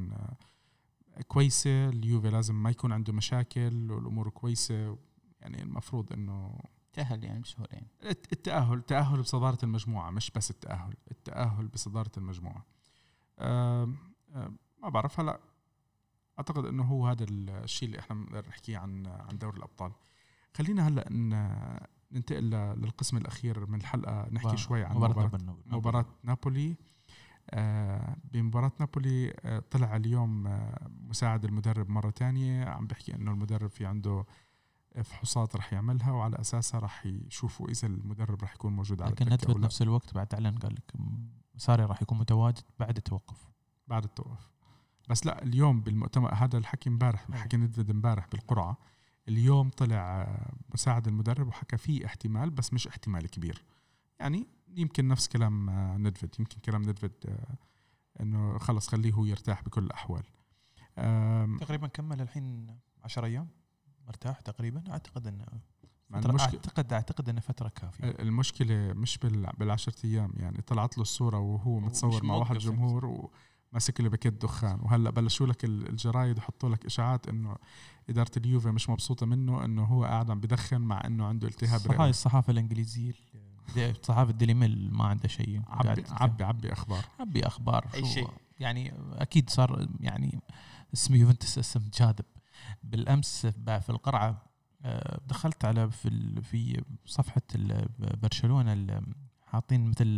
كويسة. اليوفي لازم ما يكون عنده مشاكل والأمور كويسة يعني المفروض إنه تأهل يعني بسهولة يعني. التأهل التأهل بصدارة المجموعة مش بس التأهل التأهل بصدارة المجموعة. أه أه ما بعرف هلا أعتقد إنه هو هذا الشيء اللي إحنا بنقدر نحكيه عن عن دوري الأبطال. خلينا هلا إن ننتقل للقسم الأخير من الحلقة نحكي شوي عن مباراة, مباراة نابولي آه، بمباراة نابولي آه، طلع اليوم آه، مساعد المدرب مرة تانية عم بيحكي انه المدرب في عنده فحوصات رح يعملها وعلى اساسها رح يشوفوا اذا المدرب رح يكون موجود على لكن الدكة او ندفد لا نفس الوقت بعد اعلن قال لك ساري راح يكون متواجد بعد التوقف. بعد التوقف. بس لا اليوم بالمؤتمر هذا الحكي امبارح حكي ندفد امبارح بالقرعة. اليوم طلع آه، مساعد المدرب وحكى فيه احتمال بس مش احتمال كبير. يعني يمكن نفس كلام آه، ندفد يمكن كلام ندفد آه، انه خلص خليه هو يرتاح بكل الاحوال. آم، تقريبا كمل الحين عشر ايام مرتاح تقريبا. اعتقد انه مع فترة المشكلة اعتقد اعتقد انه فتره كافيه. المشكلة مش بال- بالعشرة ايام يعني طلعت له الصورة وهو متصور مع واحد موقف جمهور وماسك له باكيت دخان وهلا بلشوا لك ال- الجرايد يحطوا لك اشاعات انه ادارة اليوفي مش مبسوطة منه انه هو قاعد عم بدخن مع انه عنده التهاب صح، هاي رئوي. الصحافه الانجليزيه دي- صحافه الديلي ميل ما عنده شيء. عبي قاعد تتكلم. عبي عبي اخبار. عبي اخبار أي شو شيء. يعني. اكيد صار يعني اسم يوفنتوس اسم جاذب. بالامس ب- في القرعه آه، دخلت على في ال- في صفحه ال- برشلونه ال- حاطين مثل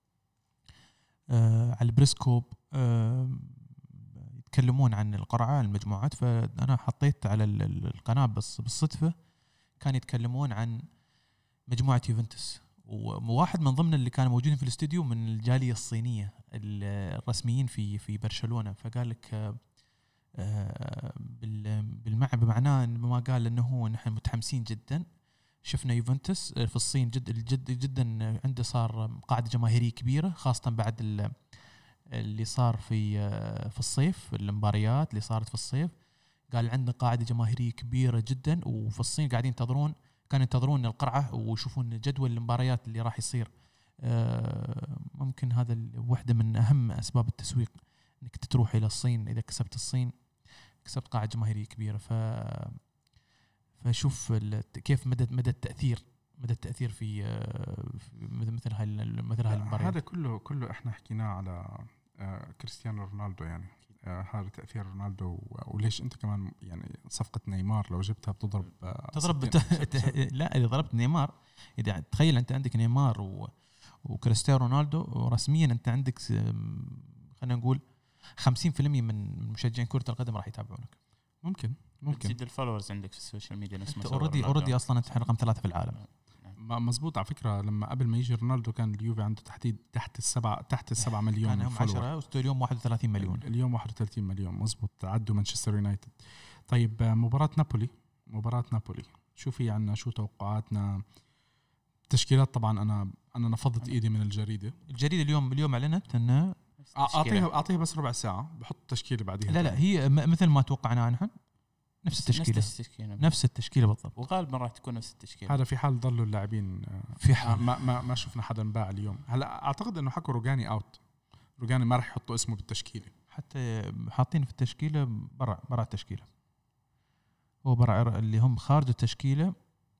آه، على البريسكوب آه، يتكلمون عن القرعه المجموعات. فانا حطيت على ال- ال- القناه بس بالصدفه كانوا يتكلمون عن مجموعه يوفنتوس. وواحد من ضمن اللي كانوا موجودين في الاستوديو من الجاليه الصينيه الرسميين في في برشلونه. فقال لك آه، آه، بال- بالمعنى بمعناه ما قال انه هو نحن متحمسين جدا. شفنا يوفنتوس في الصين جد جد جدا عنده صار قاعده جماهيريه كبيره خاصه بعد ال- اللي صار في آه، في الصيف المباريات اللي صارت في الصيف. قال عندنا قاعده جماهيريه كبيره جدا وفي الصين قاعدين ينتظرون كانوا ينتظرون القرعه ويشوفون جدول المباريات اللي راح يصير. آه، ممكن هذا واحده من اهم اسباب التسويق انك تروح الى الصين. اذا كسبت الصين كسبت قاعده جماهيريه كبيره. ف فشوف ال- كيف مدى مدى التاثير مدى التاثير في آه، في مثل مثل هاي مثل هاي المباريات. هذا كله كله احنا حكيناه على آه، كريستيانو رونالدو يعني آه، هذا تأثير رونالدو و- وليش انت كمان يعني صفقة نيمار لو جبتها بتضرب آه، تضرب ستين- بت... لا اذا ضربت نيمار اذا تخيل انت عندك نيمار و... وكريستيانو رونالدو ورسميا انت عندك س- خلينا نقول خمسين بالمئة من مشجعين كرة القدم راح يتابعونك. ممكن ممكن تزيد الفولورز عندك في السوشيال ميديا نفس ما سوى اوريدي رونالدو. اوريدي اصلا انت رقم ثلاثة في العالم. ما- مزبوط. على فكرة لما قبل ما يجي رونالدو كان اليوفي عنده تحديد تحت السبعة تحت السبعة مليون كان هم فولور. عشرة واليوم واحد وثلاثين مليون. اليوم واحد وثلاثين مليون مزبوط عدوا مانشستر يونايتد. طيب آه، مباراة نابولي مباراة نابولي شو في عنا شو توقعاتنا تشكيلات؟ طبعا انا انا نفضت ايدي من الجريدة. الجريدة اليوم اليوم اعلنت انه اعطيها اعطيها بس ربع ساعة بحط تشكيلة بعديها. لا لا هي م- مثل ما توقعنا نحن نفس التشكيلة نفس التشكيله نفس التشكيلة بالضبط. وغالبا راح تكون نفس التشكيله. هذا في حال ضلوا اللاعبين آه، في ما حال ما ما, ما شفنا حدا انباع اليوم. هلا اعتقد انه حكوا روجاني اوت. روجاني ما راح يحطوا اسمه بالتشكيلة. حتى حاطين في التشكيلة برا برا التشكيلة. هو برا اللي هم خارج التشكيلة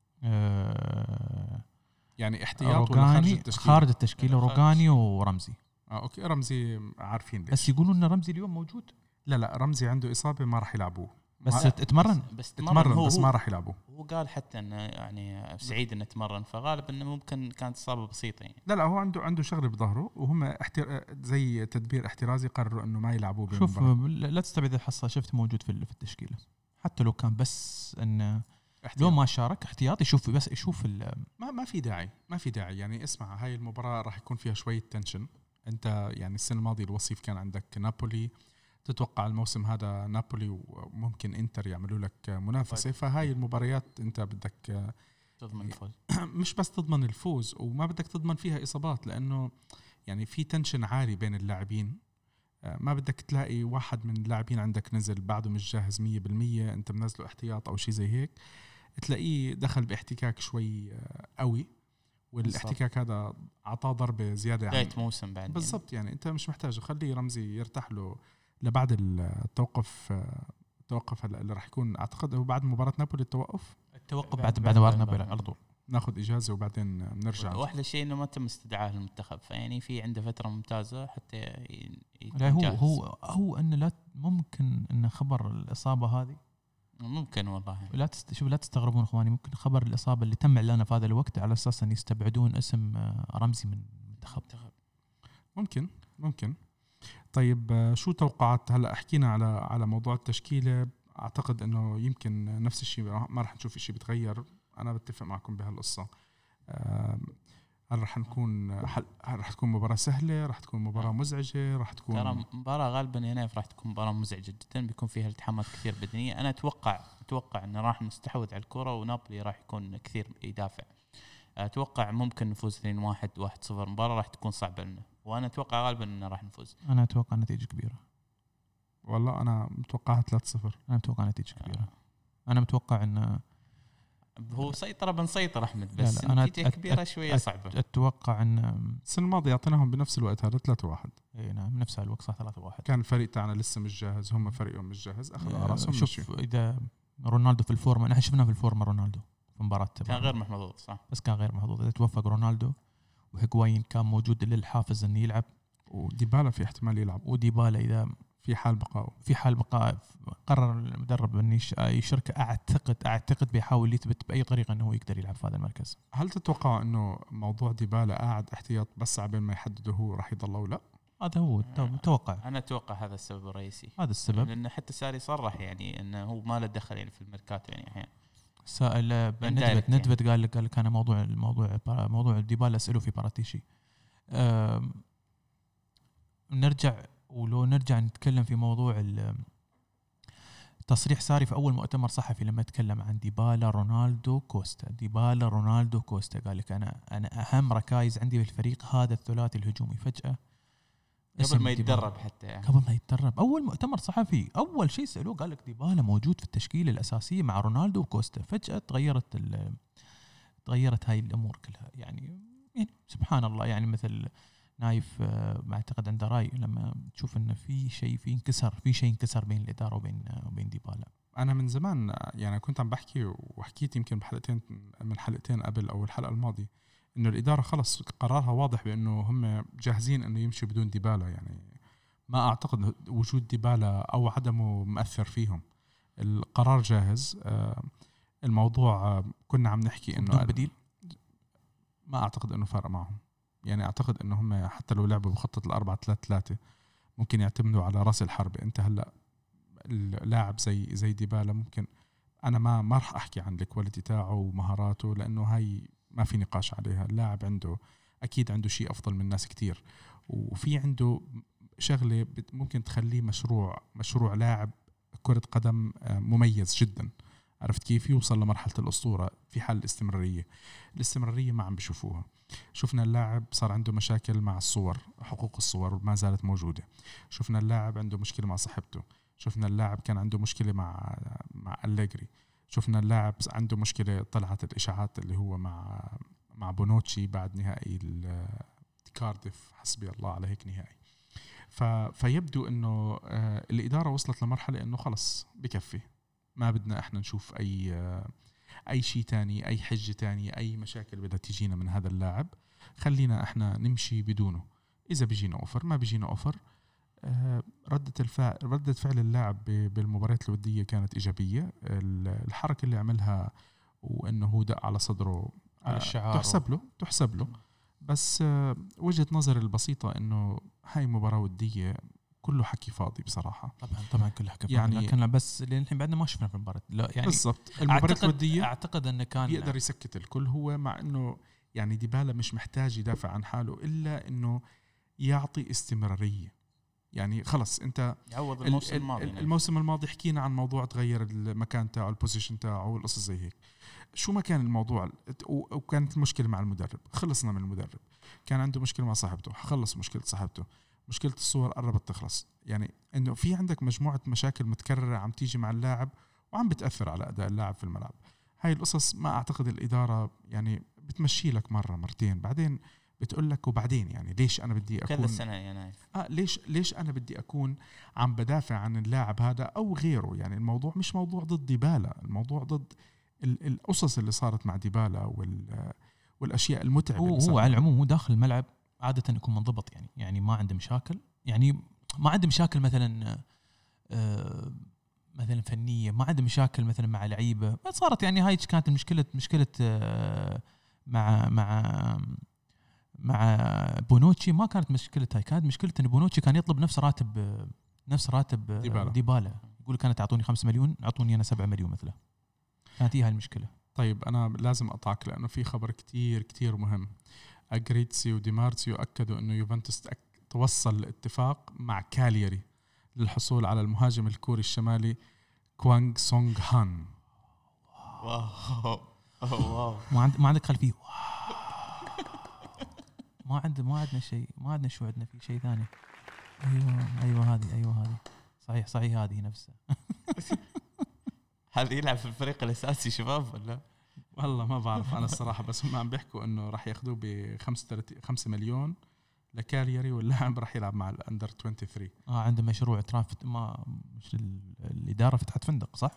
آه يعني احتياط ولا خارج روجاني التشكيلة؟ خارج التشكيلة خارج روجاني ورمزي. اه اوكي رمزي عارفين ليش. بس يقولون ان رمزي اليوم موجود. لا لا رمزي عنده اصابه ما راح يلعبوه. بس ما- اتمرن بس تمرن هو بس هو, ما راح يلعبوه. هو قال حتى انه يعني سعيد انه تمرن فغالبا انه ممكن كانت اصابه بسيطه يعني. لا لا هو عنده عنده شغله بظهره وهم احتر... زي تدبير احترازي قرروا انه ما يلعبوه شوف بالمباراة. لا تستبعد الحصة شفت موجود في في التشكيلة حتى لو كان بس انه احتياط. لو ما شارك احتياطي يشوف بس يشوف ال- ما ما في داعي ما في داعي يعني اسمع هاي المباراة راح يكون فيها شوية تنشن. انت يعني السنة الماضية الوصيف كان عندك نابولي تتوقع الموسم هذا نابولي وممكن انتر يعملوا لك منافسة. فهاي المباريات انت بدك تضمن الفوز. مش بس تضمن الفوز وما بدك تضمن فيها إصابات لأنه يعني في تنشن عالي بين اللاعبين. ما بدك تلاقي واحد من اللاعبين عندك نزل بعده مش جاهز مية بالمية انت منزله احتياط او شيء زي هيك تلاقيه دخل باحتكاك شوي قوي والاحتكاك هذا عطاه ضربة زيادة بداية يعني موسم بعد بالضبط. يعني انت مش محتاج خليه رمزي يرتاح له لبعد التوقف. التوقف هلا اللي راح يكون اعتقد هو بعد مباراة نابولي التوقف التوقف بعد بعد مباراة نابولي على طول ناخذ اجازة وبعدين نرجع. واحلى شيء انه ما تم استدعاء للمنتخب فيعني في عنده فترة ممتازة حتى يكون لا هو جاهز. هو هو ان لا ممكن ان خبر الاصابة هذه ممكن والله لا تست... شوف لا تستغربون اخواني. ممكن خبر الاصابة اللي تم اعلانه في هذا الوقت على اساس ان يستبعدون اسم آه، رمزي من المنتخب. ممكن ممكن طيب آه، شو توقعات هلا حكينا على على موضوع التشكيله، اعتقد انه يمكن نفس الشيء ما راح نشوف شيء بيتغير. انا بتفق معكم بهالقصه. آه، هل رح نكون هل رح تكون مباراة سهلة، رح تكون مباراة مزعجة، رح تكون ترى مباراة غالبا هنا راح تكون مباراة مزعجة جدا، بيكون فيها التحامات كثير بدنية. أنا أتوقع أتوقع إن راح نستحوذ على الكرة ونابولي راح يكون كثير يدافع. أتوقع ممكن نفوز اثنين واحد واحد صفر. مباراة راح تكون صعبة لنا، وأنا أتوقع غالبا إن راح نفوز. أنا أتوقع نتيجة كبيرة. والله أنا متوقعها ثلاثة صفر. أنا متوقع نتيجة كبيرة. أنا متوقع إن هو سيطرة بنسيطر أحمد، بس لا لا نتيجة أت كبيرة أت شوية صعبة. أتوقع إن السنة الماضية أعطيناهم بنفس الوقت هذا ثلاثة واحد. إيه نعم نفس الوقت صح ثلاثة واحد. كان الفريق تاعنا لسه مش جاهز، هم فريقهم مش جاهز، أخذوا على راسهم. شوف مشي. إذا رونالدو في الفورمة، نحن شفنا في الفورمة رونالدو في مباراة كان غير محظوظ صح، بس كان غير محظوظ. إذا توفق رونالدو وهيغوايين كان موجود للحافز إنه يلعب، وديبالا في احتمال يلعب، وديبالا إذا في حال بقائه في حال بقاء قرر المدرب أن يشارك، أعتقد أعتقد بيحاول يثبت بأي طريقة أنه يقدر يلعب في هذا المركز. هل تتوقع أنه موضوع ديبالا قاعد احتياط بس عبين ما يحددوا هو راح يضل أو لا؟ هذا هو التوقع. أنا أتوقع هذا السبب الرئيسي. هذا السبب لأن حتى ساري صرح يعني أنه هو ما له دخل يعني في الميركاتو يعني أحيانا. سائل ندفت ندفت قال لك قال لك أنا موضوع الموضوع موضوع ديبالا أسأله في باراتيشي. نرجع ولو نرجع نتكلم في موضوع تصريح ساري في أول مؤتمر صحفي لما تكلم عن ديبالا رونالدو كوستا. ديبالا رونالدو كوستا قال لك أنا أنا أهم ركائز عندي في الفريق هذا الثلاثي الهجومي. فجأة قبل ما يتدرب حتى يعني. قبل ما يتدرب أول مؤتمر صحفي أول شيء سألوه قال لك ديبالا موجود في التشكيلة الأساسية مع رونالدو وكوستا. فجأة تغيرت تغيرت هاي الأمور كلها يعني. يعني سبحان الله يعني مثل نايف ما اعتقد عنده راي لما تشوف انه في شيء في انكسر في شيء انكسر بين الاداره وبين وبين ديبالا. انا من زمان يعني كنت عم بحكي وحكيت يمكن بحلقتين من حلقتين قبل او الحلقه الماضيه انه الاداره خلص قرارها واضح بانه هم جاهزين انه يمشوا بدون ديبالا. يعني ما اعتقد وجود ديبالا او عدمه مؤثر فيهم. القرار جاهز. الموضوع كنا عم نحكي انه بديل. ما اعتقد انه فارق معهم. يعني أعتقد إنهم حتى لو لعبوا بخطة الأربعة ثلاثة ثلاثة ممكن يعتمدوا على رأس الحرب. أنت هلأ اللاعب زي زي ديبالا ممكن أنا ما ما راح أحكي عن الكواليتي تاعه ومهاراته لأنه هاي ما في نقاش عليها. اللاعب عنده أكيد عنده شيء أفضل من ناس كتير، وفي عنده شغلة ممكن تخليه مشروع مشروع لاعب كرة قدم مميز جدا. عرفت كيف يوصل لمرحلة الأسطورة في حال الاستمرارية. الاستمرارية ما عم بشوفوها. شفنا اللاعب صار عنده مشاكل مع الصور، حقوق الصور ما زالت موجودة. شفنا اللاعب عنده مشكلة مع صاحبته. شفنا اللاعب كان عنده مشكلة مع مع أليجري. شفنا اللاعب عنده مشكلة طلعت الإشاعات اللي هو مع مع بونوتشي بعد نهائي كارديف، حسبي الله على هيك نهائي. فيبدو إنه الإدارة وصلت لمرحلة إنه خلص بكفي، ما بدنا إحنا نشوف أي أي شيء تاني، أي حجة تانية، أي مشاكل بدها تيجينا من هذا اللاعب. خلينا إحنا نمشي بدونه. إذا بيجينا أوفر ما بيجينا أوفر. ردة الفعل ردة فعل اللاعب بالمباريات الودية كانت إيجابية. الحركة اللي عملها وإنه هو دق على صدره تحسب له تحسب له بس وجهة نظر البسيطة إنه هاي مباراة ودية كله حكي فاضي بصراحة. طبعا طبعا كله حكي فاضي يعني لكن بس للحين بعدنا ما شفنا في المباراة. لا يعني بالضبط المباراة الودية أعتقد أنه كان يقدر يسكت الكل هو، مع إنه يعني ديبالا مش محتاج يدافع عن حاله إلا إنه يعطي استمرارية. يعني خلص انت يعوض الموسم الماضي. الموسم الماضي حكينا عن موضوع تغير المكان تاعه البوزيشن تاعه والقصص زي هيك. شو ما كان الموضوع وكانت المشكلة مع المدرب، خلصنا من المدرب. كان عنده مشكلة مع صاحبته، خلص مشكلة صاحبته. مشكلة الصور قربت تخلص. يعني انه في عندك مجموعة مشاكل متكررة عم تيجي مع اللاعب وعم بتأثر على أداء اللاعب في الملعب. هاي القصص ما أعتقد الإدارة يعني بتمشي لك مرة مرتين بعدين بتقول لك وبعدين يعني ليش أنا بدي أكون كذا سنة يا نايف آه ليش ليش أنا بدي أكون عم بدافع عن اللاعب هذا أو غيره. يعني الموضوع مش موضوع ضد ديبالا، الموضوع ضد القصص اللي صارت مع ديبالا وال والأشياء المتعبة. هو, هو على العموم هو داخل الملعب عادة يكون منضبط يعني يعني ما عنده مشاكل. يعني ما عنده مشاكل مثلا آه مثلا فنية، ما عنده مشاكل مثلا مع لعيبة. صارت يعني هاي كانت المشكلة مشكلة آه مع مع مع بونوتشي ما كانت مشكلتها، كانت مشكلته ان بونوتشي كان يطلب نفس راتب نفس راتب ديبالا. ديبالا يقول كانت تعطوني خمسة مليون اعطوني انا سبعة مليون مثله، كانت هي المشكله. طيب أنا لازم أقطعك لأنه في خبر كتير كتير مهم. أجريتسي وديمارتسيو أكدوا أنه يوفنتوس توصل لاتفاق مع كالياري للحصول على المهاجم الكوري الشمالي كوانغ سونغ هان. واو واو ما عند ما عندك خلفيه. ما عند ما عندنا شيء، ما عندنا شو عندنا في شيء ثاني. ايوه ايوه هذه ايوه هذه صحيح صحيح هذه نفسها. هذا يلعب في الفريق الاساسي شباب ولا؟ والله ما بعرف انا الصراحه، بس هم عم بيحكوا انه راح ياخذوه ب خمسة مليون لكالياري، واللاعب راح يلعب مع الاندر ثلاثة وعشرين. اه عنده مشروع ترافت ما مش الاداره فتحت فندق صح؟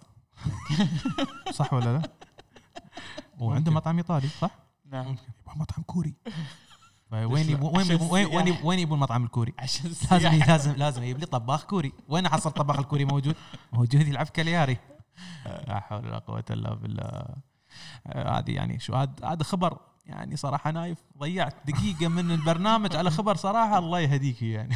صح ولا لا؟ وعنده مطعم ايطالي صح؟ نعم يبغى مطعم كوري. وين وين وين وين وين يبون المطعم الكوري؟ عشان لازم لازم لازم يجيب لي طباخ كوري. وين حصل طباخ الكوري؟ موجود موجود يلعب كالياري. لا حول ولا قوه الا بالله. هذه يعني شو هذا هذا خبر يعني صراحه نايف، ضيعت دقيقه من البرنامج على خبر صراحه الله يهديك يعني.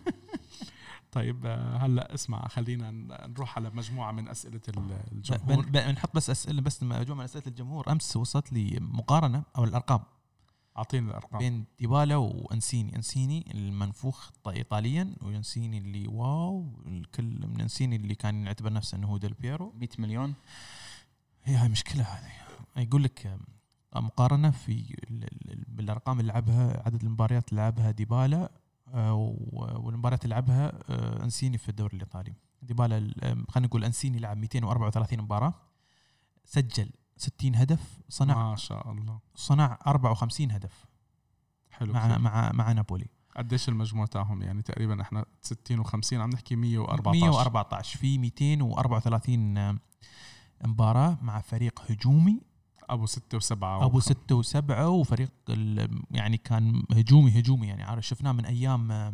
طيب هلا اسمع، خلينا نروح على مجموعه من اسئله الجمهور. بنحط بس اسئله بس مجموعه من اسئله الجمهور. امس وصلت لي مقارنه او الارقام، اعطيني الارقام بين ديبالا وانسيني. انسيني المنفوخ ايطاليا، وانسيني اللي واو الكل من انسيني اللي كان يعتبر نفسه انه هو ديل بيرو. مية مليون. هي هاي مشكله هذه. يقول لك مقارنه في بالارقام اللي لعبها، عدد المباريات اللي لعبها ديبالا والمباريات اللي لعبها انسيني في الدوري الايطالي. ديبالا خلينا نقول انسيني لعب مئتين وأربعة وثلاثين مباراه، سجل ستين هدف، صنع ما شاء الله صنع أربعة وخمسين هدف. حلو مع كثير. مع مع نابولي. قديش المجموع تاعهم؟ يعني تقريبا احنا ستين وخمسين، عم نحكي مية وأربعة عشر. مية وأربعة عشر في مئتين وأربعة وثلاثين مباراة مع فريق هجومي ابو ستة وسبعة ابو ستة وسبعة وفريق يعني كان هجومي هجومي يعني عارف شفناه من ايام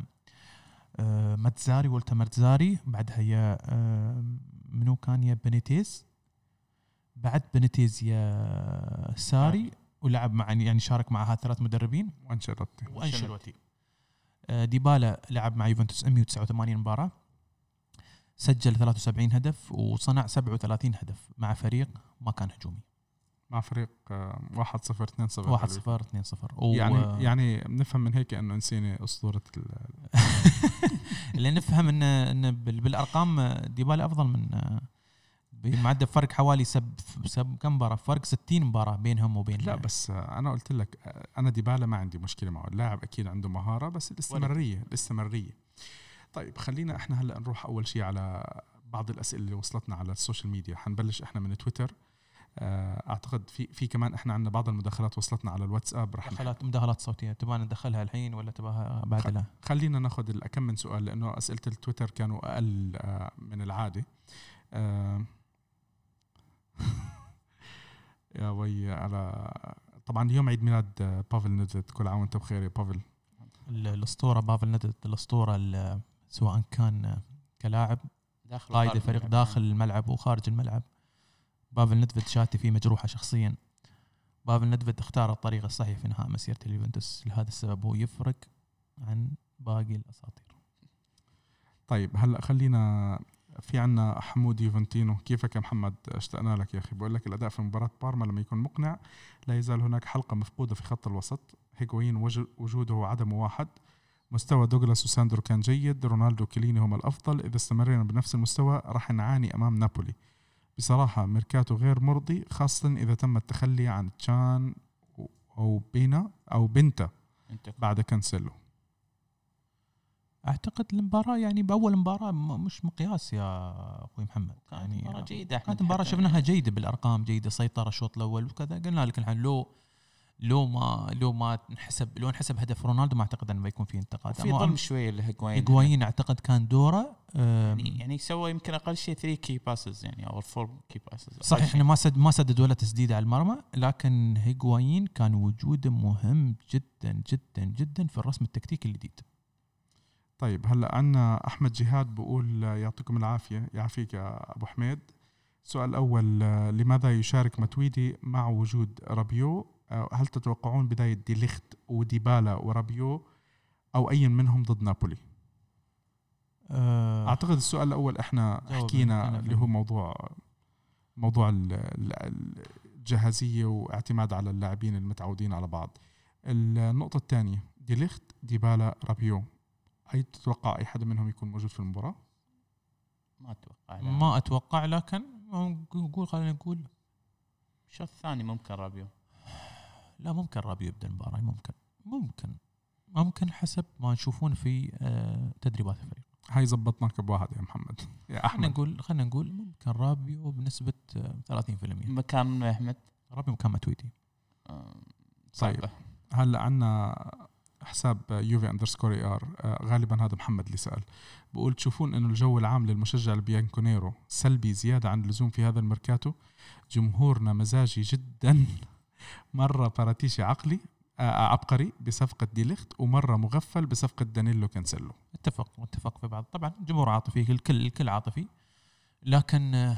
ماتزاري والتا ماتزاري، بعدها يا منو كان يا بنيتيز، بعد بنيتيز يا ساري، ولعب مع يعني شارك معها ثلاث مدربين وانشيلوتي وانشيلوتي. ديبالا لعب مع يوفنتوس مئة وتسعة وثمانين مباراة، سجل ثلاثة وسبعين هدف وصنع سبعة وثلاثين هدف مع فريق ما كان هجومي، مع فريق واحد صفر اثنين صفر واحد صفر اثنين صفر. يعني يعني بنفهم من هيك انه انسيني اسطوره. اللي نفهم ان ان بالارقام ديبالا افضل من بمعدل فرق حوالي سب سب كم مباراه، فرق ستين مباراه بينهم وبين. لا بس انا قلت لك انا ديبالا ما عندي مشكله معه، اللاعب اكيد عنده مهاره، بس الاستمراريه الاستمراريه. طيب خلينا احنا هلا نروح اول شيء على بعض الاسئله اللي وصلتنا على السوشيال ميديا. حنبلش احنا من تويتر. اعتقد في في كمان احنا عندنا بعض المداخلات وصلتنا على الواتساب. رح مداخلات مداخلات صوتيه، تبغى ندخلها الحين ولا تبغاها بعدها؟ خلينا ناخذ الكم من سؤال لانه اسئله التويتر كانوا اقل من العاده. يا وي على طبعا اليوم عيد ميلاد بافل ندفيد، كل عام وانت بخير يا بافل. الاسطوره بافل ندفيد، الاسطوره سواء كان كلاعب قائد الفريق داخل الملعب وخارج الملعب. بافل ندفيد شاتي فيه مجروحه شخصيا. بافل ندفيد اختار الطريقه الصحيحه في انهاء مسيره اليوفنتوس، لهذا السبب هو يفرق عن باقي الاساطير. طيب هلا خلينا في عنا حمود يوفنتينو. كيفك يا محمد؟ اشتقنا لك يا اخي. بقول لك الاداء في مباراه بارما لما يكون مقنع لا يزال هناك حلقه مفقوده في خط الوسط. هيغوين وجوده وعدمه واحد. مستوى دوغلاس وساندرو كان جيد، رونالدو وكيليني هم الافضل. اذا استمرينا بنفس المستوى راح نعاني امام نابولي. بصراحه ميركاتو غير مرضي، خاصه اذا تم التخلي عن تشان او بينا او بنتا بعد كانسيلو. اعتقد المباراه يعني باول مباراه مش مقياس يا اخوي محمد، يعني مباراه جيده، كانت مباراه شفناها جيده بالارقام، جيده، سيطره الشوط الاول وكذا. قلنا لك الحين لو لو ما لو ما نحسب لو نحسب هدف رونالدو ما اعتقد انه بيكون فيه انتقاد. في ظلم شويه لهيغوين. هيغوين اعتقد كان دوره يعني يعني سوى يمكن اقل شيء ثلاثة كي باسز يعني او أربعة كي باسز. صحيح احنا ما سد ما سدد ولا تسديده على المرمى، لكن هيغوين كان وجوده مهم جدا جدا جدا في الرسم التكتيكي الجديد. طيب هلا عنا احمد جهاد بقول يعطيكم العافيه. يعافيك يا ابو حميد. السؤال الاول، لماذا يشارك متويدي مع وجود رابيو هل تتوقعون بداية دي ليخت وديبالا ورابيو أو أي منهم ضد نابولي؟ أه أعتقد السؤال الأول إحنا حكينا اللي هو موضوع موضوع الجاهزية واعتماد على اللاعبين المتعودين على بعض. النقطة الثانية دي ليخت ديبالا رابيو، أي تتوقع أي حدا منهم يكون موجود في المباراة؟ ما أتوقع ما أتوقع لكن نقول خلينا نقول الشوط الثاني ممكن رابيو. لا ممكن رابيو يبدأ المباراة، ممكن ممكن ممكن حسب ما نشوفون في تدريبات الفريق. هاي زبطناك بواحد يا محمد يا أحمد. خلينا نقول خلينا نقول ممكن رابيو بنسبة ثلاثين بالمئة. مكان يا أحمد؟ رابيو مكان متويدي. آه طيب هلا عنا حساب يوفي اندرسكور اي ار، غالبا هذا محمد اللي سأل، بقول تشوفون انه الجو العام للمشجع البيانكونيرو سلبي زيادة عن اللزوم في هذا الميركاتو؟ جمهورنا مزاجي جدا مرة باراتيشي عقلي آه عبقري بصفقة دي ليخت، ومرة مغفل بصفقة دانيلو كانسيلو. اتفق متفق في بعض. طبعا جمهور عاطفي، الكل الكل عاطفي، لكن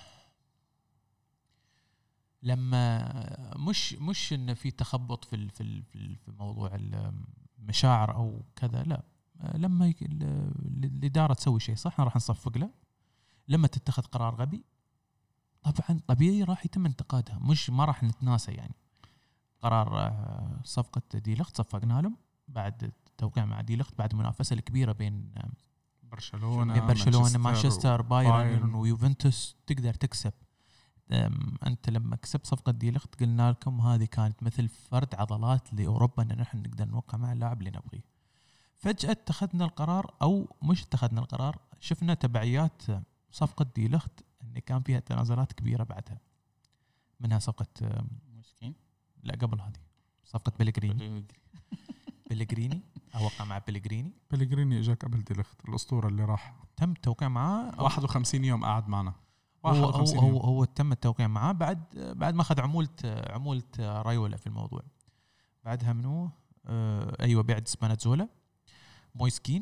لما مش مش ان في تخبط في في في موضوع المشاعر او كذا، لا لما الاداره تسوي شيء صح راح نصفق له. لما تتخذ قرار غبي طبعا طبيعي راح يتم انتقادها، مش ما راح نتناسى. يعني قرار صفقه دي ليخت صفقنا لهم بعد توقيع مع دي ليخت بعد منافسه الكبيره بين برشلونه بين برشلونه مانشستر بايرن ويوفنتوس تقدر تكسب. أنت لما كسبت صفقة دي ليخت قلنا لكم هذه كانت مثل فرد عضلات لأوروبا أن نحن نقدر نوقع مع اللاعب اللي نبغيه. فجأة اتخذنا القرار أو مش اتخذنا القرار، شفنا تبعيات صفقة دي ليخت أن كان فيها تنازلات كبيرة بعدها، منها صفقة مسكين لا قبل هذه صفقة بيلغريني بيلغريني أوقع مع بيلغريني بيلغريني إجاك قبل دي ليخت الأسطورة اللي راح تم توقيع معاه واحد وخمسين يوم قعد معنا. هو هو, هو هو تم التوقيع معاه بعد بعد ما أخذ عمولة عمولة رايولا في الموضوع. بعدها منو آه أيوة بعد سباناتزولا مويسكين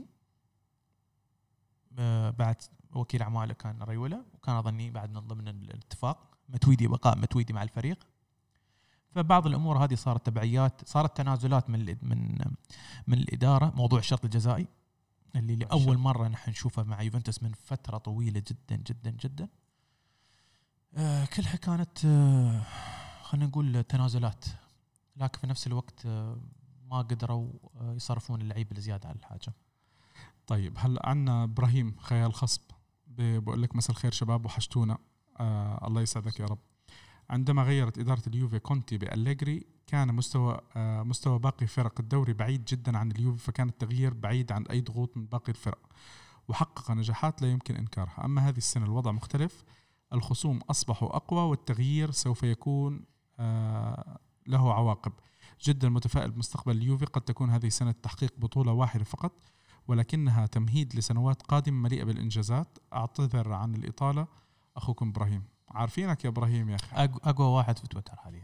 آه بعد وكيل أعماله كان رايولا، وكان أظني بعد من ضمن الاتفاق متويدي بقاء متويدي مع الفريق. فبعض الأمور هذه صارت تبعيات، صارت تنازلات من من من الإدارة. موضوع الشرط الجزائي اللي لأول مرة نحن نشوفه مع يوفنتوس من فترة طويلة جدا جدا جدا. آه كلها كانت آه خلينا نقول تنازلات، لكن في نفس الوقت آه ما قدروا آه يصرفون اللعيبة الزيادة على الحاجة. طيب هلا عنا إبراهيم خيال خصب بقول لك مساء الخير شباب وحشتونا. آه الله يسعدك يا رب. عندما غيرت إدارة اليوفي كونتي بأليجري كان مستوى آه مستوى باقي فرق الدوري بعيد جدا عن اليوفي، فكان التغيير بعيد عن أي ضغوط من باقي الفرق وحقق نجاحات لا يمكن إنكارها. أما هذه السنة الوضع مختلف، الخصوم أصبحوا أقوى والتغيير سوف يكون آه له عواقب. جدا متفائل بمستقبل اليوفي، قد تكون هذه سنة تحقيق بطولة واحدة فقط ولكنها تمهيد لسنوات قادمة مليئة بالإنجازات. أعتذر عن الإطالة أخوكم إبراهيم. عارفينك يا إبراهيم يا أخي، أقوى واحد في تويتر حاليا.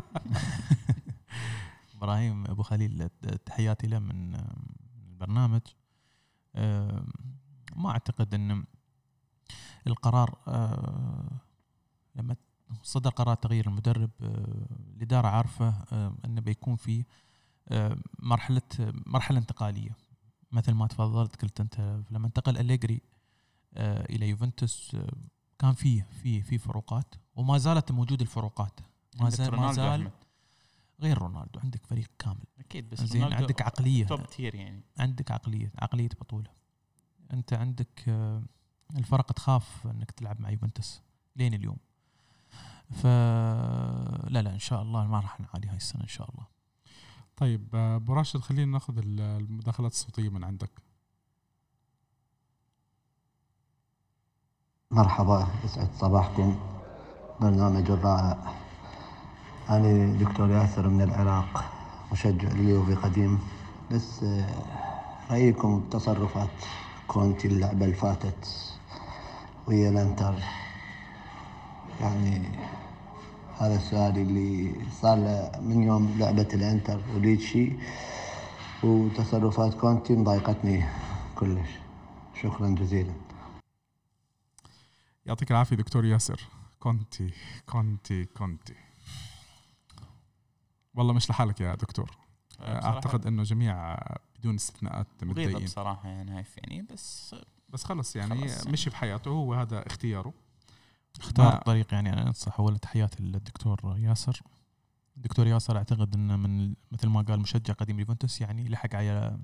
إبراهيم أبو خليل تحياتي له من البرنامج. ما أعتقد أن القرار لما صدر قرار تغيير المدرب الإدارة عارفة أنه بيكون فيه مرحلة مرحلة انتقالية مثل ما تفضلت قلت أنت. لما انتقل أليجري إلى يوفنتوس كان فيه فيه في فروقات وما زالت موجود الفروقات. ما زال ما زال غير رونالدو عندك فريق كامل أكيد، بس زين عندك عقلية توب تير، يعني عندك عقلية عقلية بطولة. أنت عندك الفرق تخاف أنك تلعب مع يوفنتوس لين اليوم. فلا لا إن شاء الله ما راح نعاني هاي السنة إن شاء الله. طيب أبو راشد خلينا نأخذ المداخلات الصوتية من عندك. مرحبا، يسعد صباحكم، برنامج الرائع. أنا دكتور ياسر من العراق، مشجع اليوفي قديم. بس رأيكم بتصرفات كونتي اللعبة اللي فاتت ويا الانتر؟ يعني هذا السؤال اللي صار من يوم لعبة الانتر وليتشي، وتصرفات كونتي مضايقتني كلش. شكرا جزيلا. يعطيك العافية دكتور ياسر. كونتي كونتي كونتي والله مش لحالك يا دكتور، بصراحة اعتقد انه جميع بدون استثناءات غيظة مبدئيين، بصراحة يعني نايف يعني بس بس خلص يعني خلص يعني. مشي بحياته، هو هذا اختياره. اختار ما- الطريق. يعني انا انصح اول تحياتي للدكتور ياسر. الدكتور ياسر اعتقد انه من مثل ما قال مشجع قديم يوفنتوس، يعني لحق على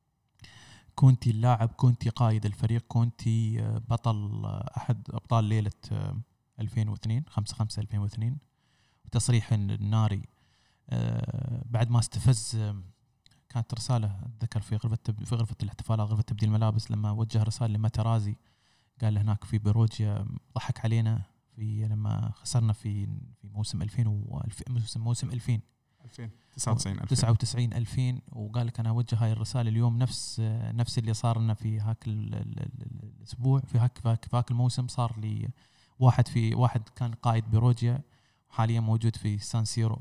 كونتي اللاعب، كونتي قائد الفريق، كونتي بطل احد ابطال ليله ألفين واثنين خمسة خمسة ألفين واثنين، وتصريح الناري بعد ما استفز. كانت رساله اتذكر في غرفه في غرفه الاحتفالات، غرفه تبديل الملابس، لما وجه رساله لماترازي قال له هناك في بيروجيا ضحك علينا في لما خسرنا في في موسم ألفين و موسم موسم ألفين ألفين وتسعة وتسعين ألفين تسعة وتسعين ألفين، وقال لك انا اوجه هاي الرساله اليوم نفس نفس اللي صار لنا في هاك الاسبوع، في هاك في هاك الموسم صار لي واحد في واحد كان قائد بيروجيا حاليا موجود في سان سيرو.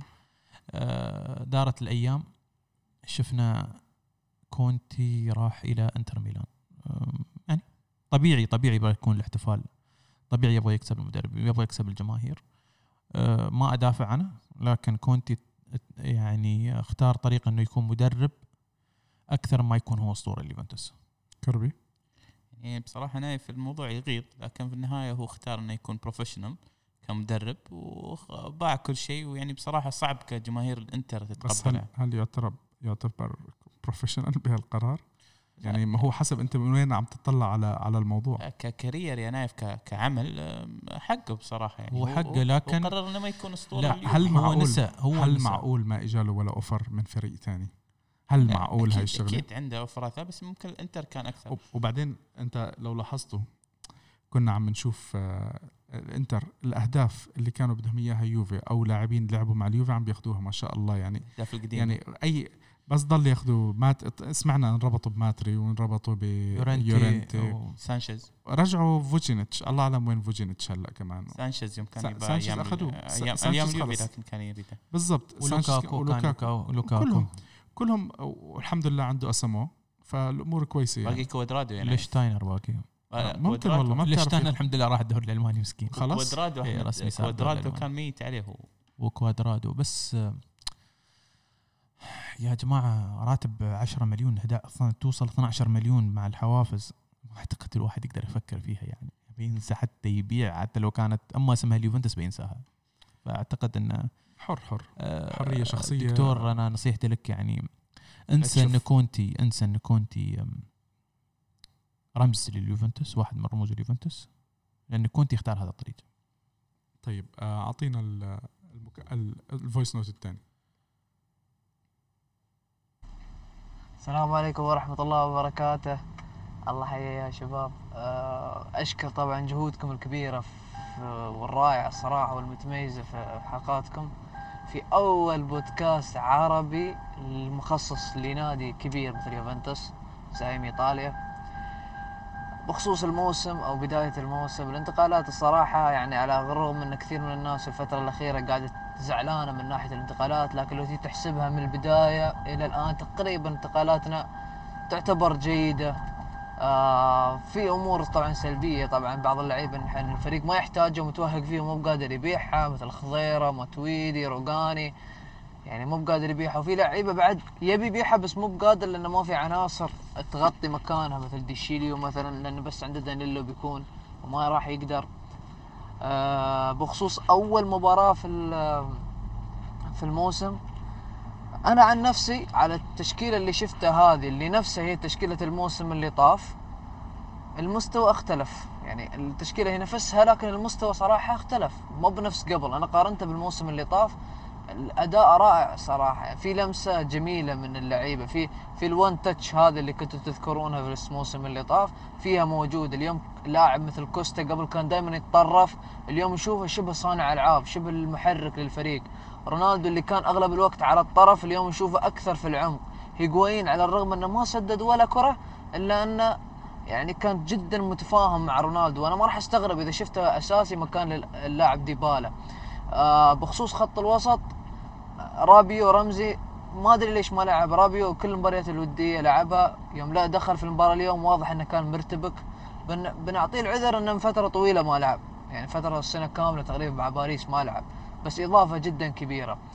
دارت الايام، شفنا كونتي راح الى انتر ميلان. يعني طبيعي طبيعي يبغى يكون الاحتفال، طبيعي يبغى يكسب المدرب، يبغى يكسب الجماهير. ما ادافع عنه، لكن كونتي يعني اختار طريقه انه يكون مدرب اكثر ما يكون هو اسطوره اليوفنتوس. كربي يعني بصراحة نايف الموضوع يغيظ، لكن في النهاية هو اختار انه يكون بروفيشنال كمدرب وباع كل شيء، ويعني بصراحة صعب كجماهير الانتر بس هل, تتقبله. هل يعتبر يعتبر بروفيشنال بهالقرار؟ يعني ما هو حسب انت من وين عم تطلع على على الموضوع. ككارير يا نايف كعمل حقه بصراحة، يعني هو حقه، لكن هو قرر انه ما يكون اسطورة. لا، اليوم. هل هو معقول نسى هو هل نسى. معقول ما اجاله ولا اوفر من فريق ثاني؟ هل لا، معقول هاي الشغله؟ اكيد عنده اوفرات، بس ممكن الانتر كان اكثر. وبعدين انت لو لاحظتوا كنا عم نشوف الانتر الاهداف اللي كانوا بدهم اياها يوفي او لاعبين لعبوا مع اليوفي عم بياخذوها ما شاء الله. يعني يعني اي بس ضل ياخذوا مات، سمعنا انربطوا بماتري وانربطوا بيورنتي سانشيز، رجعوا فوجينيتش، الله اعلم وين فوجينيتش هلا كمان. سانشيز يمكن يبقى سانشيز اخذوه ايام ايام اليوفي، لكن كان يريده بالضبط. ولوكاكو ولوكاكو كلهم كلهم والحمد لله عنده اسمه، فالامور كويسه. باقي يعني كوادرادو يعني ليشتاينر باقي ممكن والله ما ليشتاينر الحمد لله راح الدوري الالماني مسكين خلاص. كوادرادو إيه رسمي صار كوادرادو كان ميت عليه هو وكوادرادو. بس يا جماعه راتب عشرة مليون هدا توصل اثنا عشر مليون مع الحوافز، ما اعتقد الواحد يقدر يفكر فيها. يعني بينسى حتى يبيع، حتى لو كانت اما اسمها اليوفنتوس بينساها. فاعتقد انه حر حر حريه شخصيه. دكتور انا نصيحتي لك يعني انسى ان كونتي انسى ان كونتي رمز لليوفنتوس، واحد من رموز اليوفنتوس، لان كونتي اختار هذا الطريق. طيب اعطينا المك... الفويس نوت الثاني. السلام عليكم ورحمة الله وبركاته. الله حيا يا شباب. أشكر طبعا جهودكم الكبيرة والرائعة الصراحة والمتميزة في حلقاتكم في أول بودكاست عربي المخصص لنادي كبير مثل يوفنتوس زعيم إيطاليا بخصوص الموسم أو بداية الموسم. الانتقالات الصراحة يعني على الرغم أن كثير من الناس الفترة الأخيرة قاعدة زعلانة من ناحية الانتقالات، لكن لو تيجي تحسبها من البداية إلى الآن تقريبا انتقالاتنا تعتبر جيدة. آه في أمور طبعا سلبية، طبعا بعض اللعيبة نحن الفريق ما يحتاجه متوهق فيه ومو بقادر يبيعها، مثل خضيرة متويدي روغاني، يعني مو بقادر يبيعها. وفي لعيبة بعد يبي يبيعها بس مو بقادر لأنه ما في عناصر تغطي مكانها مثل ديشيليو مثلا، لأنه بس عنده دانيلو بيكون وما راح يقدر. آه بخصوص أول مباراة في في الموسم، أنا عن نفسي على التشكيلة اللي شفتها هذه اللي نفسها هي تشكيلة الموسم اللي طاف، المستوى اختلف. يعني التشكيلة هي نفسها لكن المستوى صراحة اختلف، مو بنفس قبل. أنا قارنته بالموسم اللي طاف، الأداء رائع صراحة، في لمسة جميلة من اللعيبة، في في الوان تاتش هذا اللي كنتوا تذكرونه في الموسم اللي طاف فيها موجود. اليوم لاعب مثل كوستا قبل كان دائما يتطرف، اليوم نشوفه شبه صانع ألعاب، شبه المحرك للفريق. رونالدو اللي كان أغلب الوقت على الطرف اليوم نشوفه أكثر في العمق. هيغوين على الرغم أنه ما سدد ولا كرة إلا أنه يعني كان جدا متفاهم مع رونالدو، وأنا ما راح استغرب إذا شفته أساسي مكان اللاعب ديبالا. آه بخصوص خط الوسط، رابيو رمزي ما أدري ليش ما لعب رابيو، كل المباريات الودية لعبها، يوم لا دخل في المباراة اليوم واضح أنه كان مرتبك. بن بنعطيه العذر أنه من فترة طويلة ما لعب، يعني فترة السنة كاملة تقريبا مع باريس ما لعب، بس إضافة جدا كبيرة.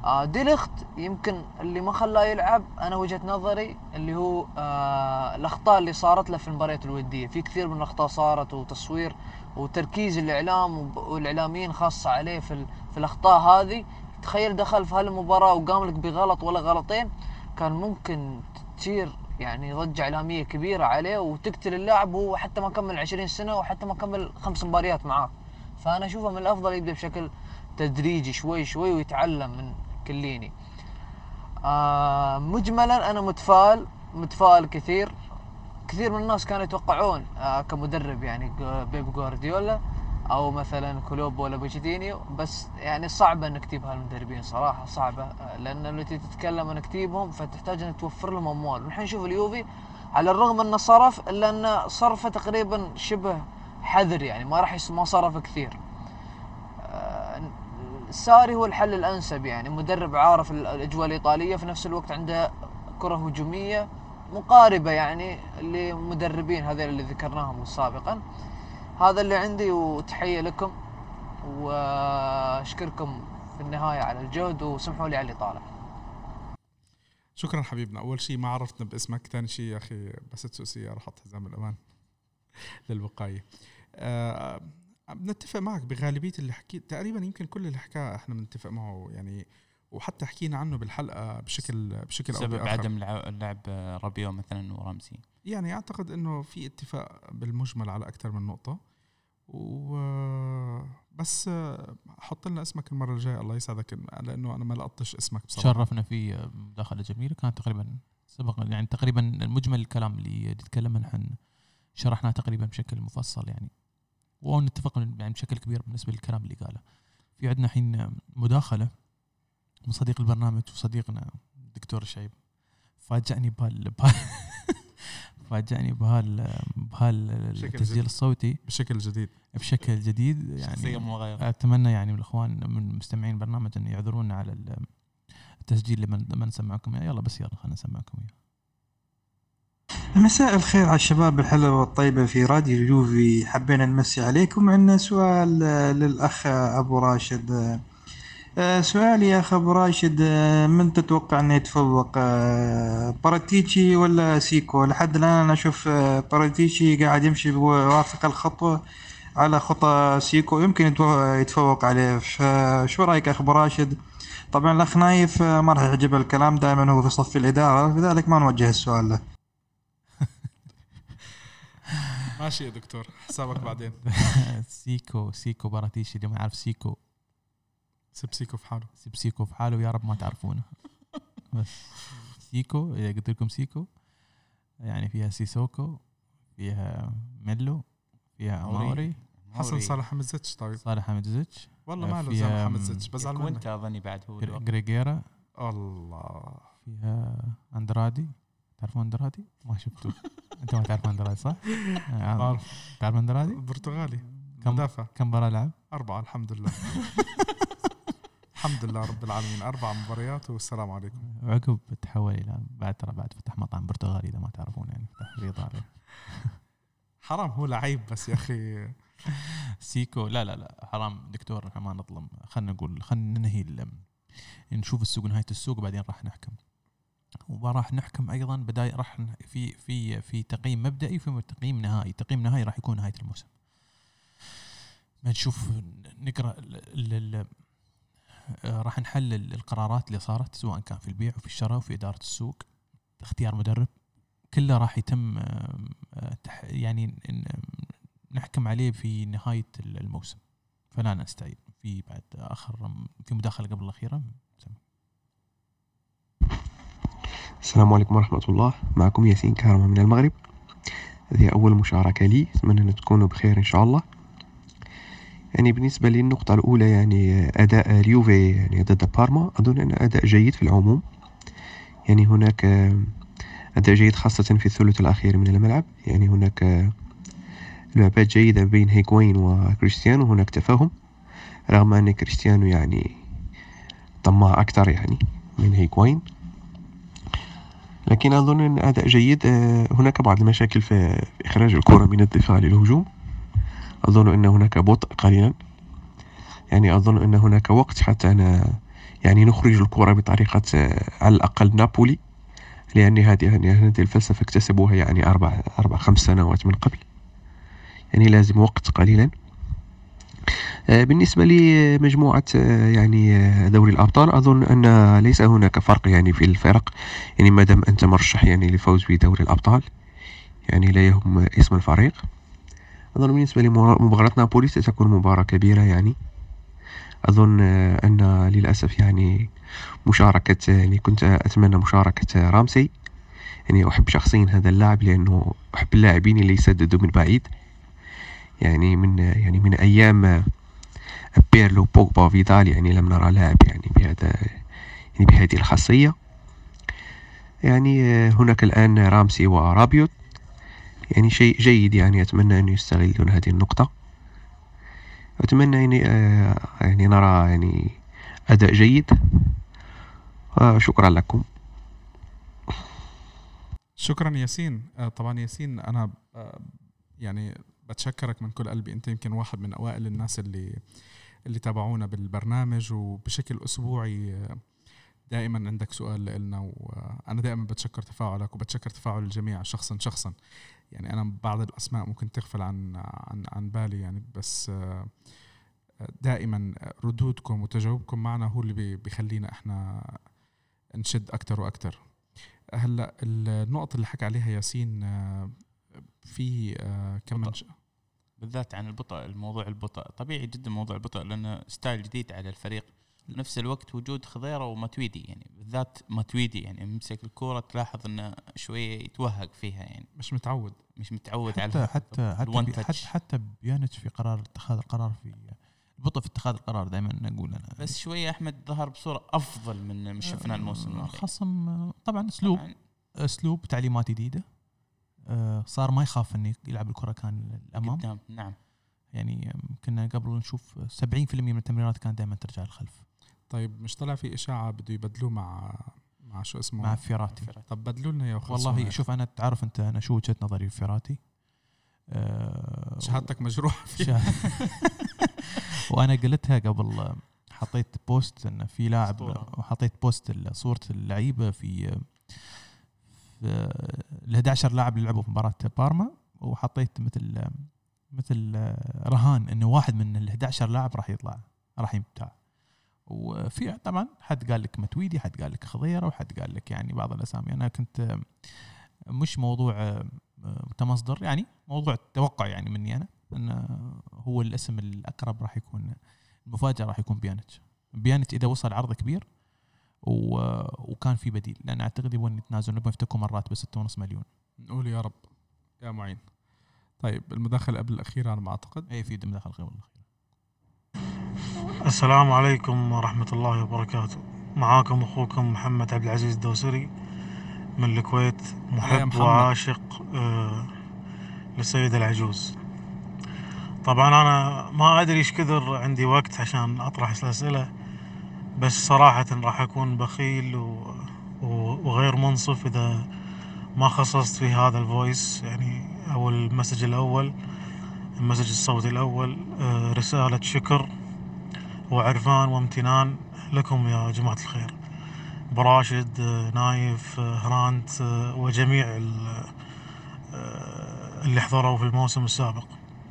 آه دي ليخت يمكن اللي ما خلاه يلعب انا وجهة نظري اللي هو آه الاخطاء اللي صارت له في المباريات الوديه. في كثير من الاخطاء صارت وتصوير وتركيز الاعلام والاعلاميين خاصه عليه في في الاخطاء هذه. تخيل دخل في هالمباراه وقام لك بغلط ولا غلطين، كان ممكن تصير يعني ضجه اعلاميه كبيره عليه وتقتل اللاعب، وهو حتى ما كمل عشرين سنه وحتى ما كمل خمس مباريات معاه. فانا اشوفه من الافضل يبدا بشكل تدريجي شوي شوي ويتعلم من كليني. آه مجملا انا متفائل متفائل كثير. كثير من الناس كانوا يتوقعون آه كمدرب يعني بيب جوارديولا او مثلا كلوب ولا بوتشيتينيو، بس يعني صعبه انك تجيب هالمدربين صراحه صعبه، آه لان لما تتكلم انك تجيبهم فتحتاج انك توفر لهم اموال. ونحن نشوف اليوفي على الرغم انه صرف الا انه صرفه تقريبا شبه حذر، يعني ما راح ما صرف كثير. ساري هو الحل الأنسب، يعني مدرب عارف الأجواء الإيطالية في نفس الوقت عنده كرة هجومية مقاربة يعني لمدربين هذول اللي ذكرناهم سابقا. هذا اللي عندي وتحية لكم وأشكركم في النهاية على الجهد وسمحوا لي على الإطالة. شكرا حبيبنا. أول شيء ما عرفتنا باسمك، ثاني شيء يا أخي بس تسوق سيارة حط حزام الأمان للوقاية. أه بنتفق معك بغالبية اللي حكيت تقريبا، يمكن كل اللي حكاه احنا بنتفق معه يعني، وحتى حكينا عنه بالحلقة بشكل بشكل سبب أو عدم اللعب رابيو مثلا ورمزي. يعني أعتقد إنه في اتفاق بالمجمل على أكثر من نقطة، وبس حط لنا اسمك المرة الجاية الله يسعدك، لأنه أنا ما لقطش اسمك بصراحة. شرفنا في مداخلة جميلة كانت تقريبا سبق يعني تقريبا المجمل الكلام اللي نتكلم نحن شرحناه تقريبا بشكل مفصل يعني، ونتفق يعني بشكل كبير بالنسبة للكلام اللي قاله. في عندنا حين مداخلة من صديق البرنامج وصديقنا الدكتور الشعيب، فاجأني بهال فاجأني بهال بهالتسجيل الصوتي بشكل جديد بشكل جديد يعني. أتمنى يعني من الإخوان من مستمعين البرنامج أن يعذرونا على التسجيل اللي ما نسمعكم يلا بس يلا خلينا نسمعكم إياه. مساء الخير على الشباب الحلوة والطيبة في راديو اليوفي. حبينا نمسي عليكم. عندنا سؤال للأخ أبو راشد. سؤالي يا أخ أبو راشد، من تتوقع أن يتفوق باراتيتشي ولا سيكو؟ لحد الآن أنا أشوف باراتيتشي قاعد يمشي بوافق الخطوة على خطى سيكو، يمكن يتفوق عليه. فشو رأيك أخ أبو راشد؟ طبعا الأخ نايف ما راح يعجب الكلام، دائما هو في صف الإدارة، لذلك ما نوجه السؤال له. ماشي يا دكتور حسابك بعدين. سيكو سيكو باراتيشي اللي ما يعرف سيكو سيب سيكو في حاله، سيب سيكو في حاله، يا رب ما تعرفونه. بس سيكو إذا قلت لكم سيكو يعني فيها سيسوكو، فيها ميلو، فيها ماوري. حسن صالح حمزتش. طيب صالح حمزتش والله ما له زي حمزتش بزعل منه. وانت اظني بعد هو غريغيرا الله. فيها اندرادي، تعرفون اندرادي؟ ما شفتوه. انت ما تعرف اندرادي صح؟ بعرف. تعرف اندرادي؟ برتغالي كم مدافع. كم مباراة لعب؟ أربعة الحمد لله. الحمد لله رب العالمين، أربع مباريات والسلام عليكم. عقب تحول إلى بعد ترى بعد فتح مطعم برتغالي إذا ما تعرفون يعني فتح في إيطاليا. حرام هو لعيب بس يا أخي. سيكو لا لا لا حرام دكتور، احنا ما نظلم. خلنا نقول خلنا ننهي نشوف السوق نهاية السوق بعدين راح نحكم، وراح نحكم أيضا بداية راح في في في تقييم مبدئي وفي تقييم نهائي. تقييم نهائي راح يكون نهاية الموسم، ما نشوف نقرأ راح نحلل القرارات اللي صارت سواء كان في البيع وفي الشراء وفي إدارة السوق، اختيار مدرب، كله راح يتم يعني نحكم عليه في نهاية الموسم. فلا نستعيد في بعد آخر في مداخلة قبل الأخيرة. السلام عليكم ورحمة الله، معكم ياسين كهرمة من المغرب. هذه أول مشاركة لي، أتمنى أن تكونوا بخير إن شاء الله. يعني بالنسبة للنقطة الأولى يعني أداء اليوفي يعني ضد بارما، أظن أن أداء جيد في العموم. يعني هناك أداء جيد خاصة في الثلث الأخير من الملعب، يعني هناك لعبات جيدة بين هيغوين وكريستيانو، هناك تفاهم رغم أن كريستيانو يعني طماع أكثر يعني من هيغوين، لكن أظن أن أداء جيد. هناك بعض المشاكل في إخراج الكرة من الدفاع للهجوم، أظن أن هناك بطء قليلا، يعني أظن أن هناك وقت حتى أنا يعني نخرج الكرة بطريقة آه، على الأقل نابولي، لأن هذه يعني هذه الفلسفة اكتسبوها يعني أربع أربع خمس سنوات من قبل، يعني لازم وقت قليلا. آه، بالنسبة لمجموعة آه، يعني آه، دوري الأبطال، أظن أن ليس هناك فرق يعني في الفرق، يعني ما دام أنت مرشح يعني للفوز بدوري الأبطال، يعني لا يهم اسم الفريق. أظن بالنسبة لمباراة نابولي ستكون مباراة كبيرة، يعني أظن آه، أن للأسف يعني مشاركة يعني كنت أتمنى مشاركة رامسي، يعني أحب شخصيا هذا اللاعب لأنه أحب اللاعبين اللي يسددوا من بعيد، يعني من يعني من أيام بيرلو بوجبا فيدال، يعني لم نرى لاعب يعني بهذا يعني بهذه الخاصية. يعني هناك الآن رامسي ورابيوت، يعني شيء جيد، يعني أتمنى أن يستغلون هذه النقطة. أتمنى يعني يعني نرى يعني أداء جيد. شكرا لكم. شكرا ياسين. آه، طبعا ياسين أنا آه، يعني بتشكرك من كل قلبي. أنت يمكن واحد من أوائل الناس اللي اللي تابعونا بالبرنامج وبشكل أسبوعي. آه، دائما عندك سؤال لنا، وأنا دائما بتشكر تفاعلك وبتشكر تفاعل الجميع شخصا شخصا. يعني أنا بعض الأسماء ممكن تغفل عن عن عن بالي يعني، بس آه، دائما ردودكم وتجاوبكم معنا هو اللي بيخلينا احنا نشد أكتر وأكتر. هلا النقطة اللي حكى عليها ياسين آه، في آه، كمان ش... بالذات عن البطء، الموضوع البطء طبيعي جدا، موضوع البطء لأنه ستايل جديد على الفريق. بنفس الوقت وجود خضيرة وماتويدي، يعني بالذات ماتويدي يعني يمسك الكرة تلاحظ انه شوية يتوهق فيها، يعني مش متعود مش متعود حتى على حتى حتى حتى, حتى بيانيتش في قرار اتخاذ القرار، في البطء في اتخاذ القرار دائما نقول انا. بس شوية أحمد ظهر بصورة أفضل من مش شفنا الموسم الماضي. خصم طبعا أسلوب طبعاً. أسلوب تعليمات جديدة، صار ما يخاف إنه يلعب الكرة كان الأمام قدام. نعم، يعني كنا قبل نشوف سبعين بالمئة من التمريرات كانت دائما ترجع للخلف. طيب مش طلع في إشاعة بده يبدلوه مع مع شو اسمه مع فيراتي؟ طب بدلوا لنا يا والله شوف أنا تعرف أنت أنا شو وجهة نظري في فيراتي. أه شهادتك مجروح فيها. وأنا قلتها قبل، حطيت بوست إن في لاعب، وحطيت بوست صورة اللعيبة في ال إحدى عشر لاعب اللي لعبوا في مباراة بارما، وحطيت مثل مثل رهان إنه واحد من ال إحدى عشر لاعب راح يطلع راح يمتع. وفي طبعا حد قال لك متويدي، حد قال لك خضيرة، وحد قال لك يعني بعض الأسامي. أنا كنت مش موضوع متمصدر، يعني موضوع توقع يعني مني أنا أن هو الاسم الأقرب راح يكون المفاجأة، راح يكون بيانيتش. بيانيتش إذا وصل عرض كبير وكان في بديل، لأن أعتقد يبون يتنازلون، يبون يفتكوا مرات بس ستة ونص مليون. نقول يا رب يا معين. طيب المداخلة قبل الأخيرة على ما أعتقد. أي في مداخلة قبل الأخيرة. السلام عليكم ورحمة الله وبركاته. معاكم أخوكم محمد عبد العزيز الدوسري من الكويت، محب وعاشق آه للسيدة العجوز. طبعا أنا ما أدري إيش كثر عندي وقت عشان أطرح الأسئلة، بس صراحة راح أكون بخيل و... وغير منصف إذا ما خصصت في هذا الفويس، يعني أو المسج الأول، المسج الصوتي الأول، آه رسالة شكر وعرفان وامتنان لكم يا جماعة الخير، براشد، نايف، هرانت، وجميع اللي حضروا في الموسم السابق.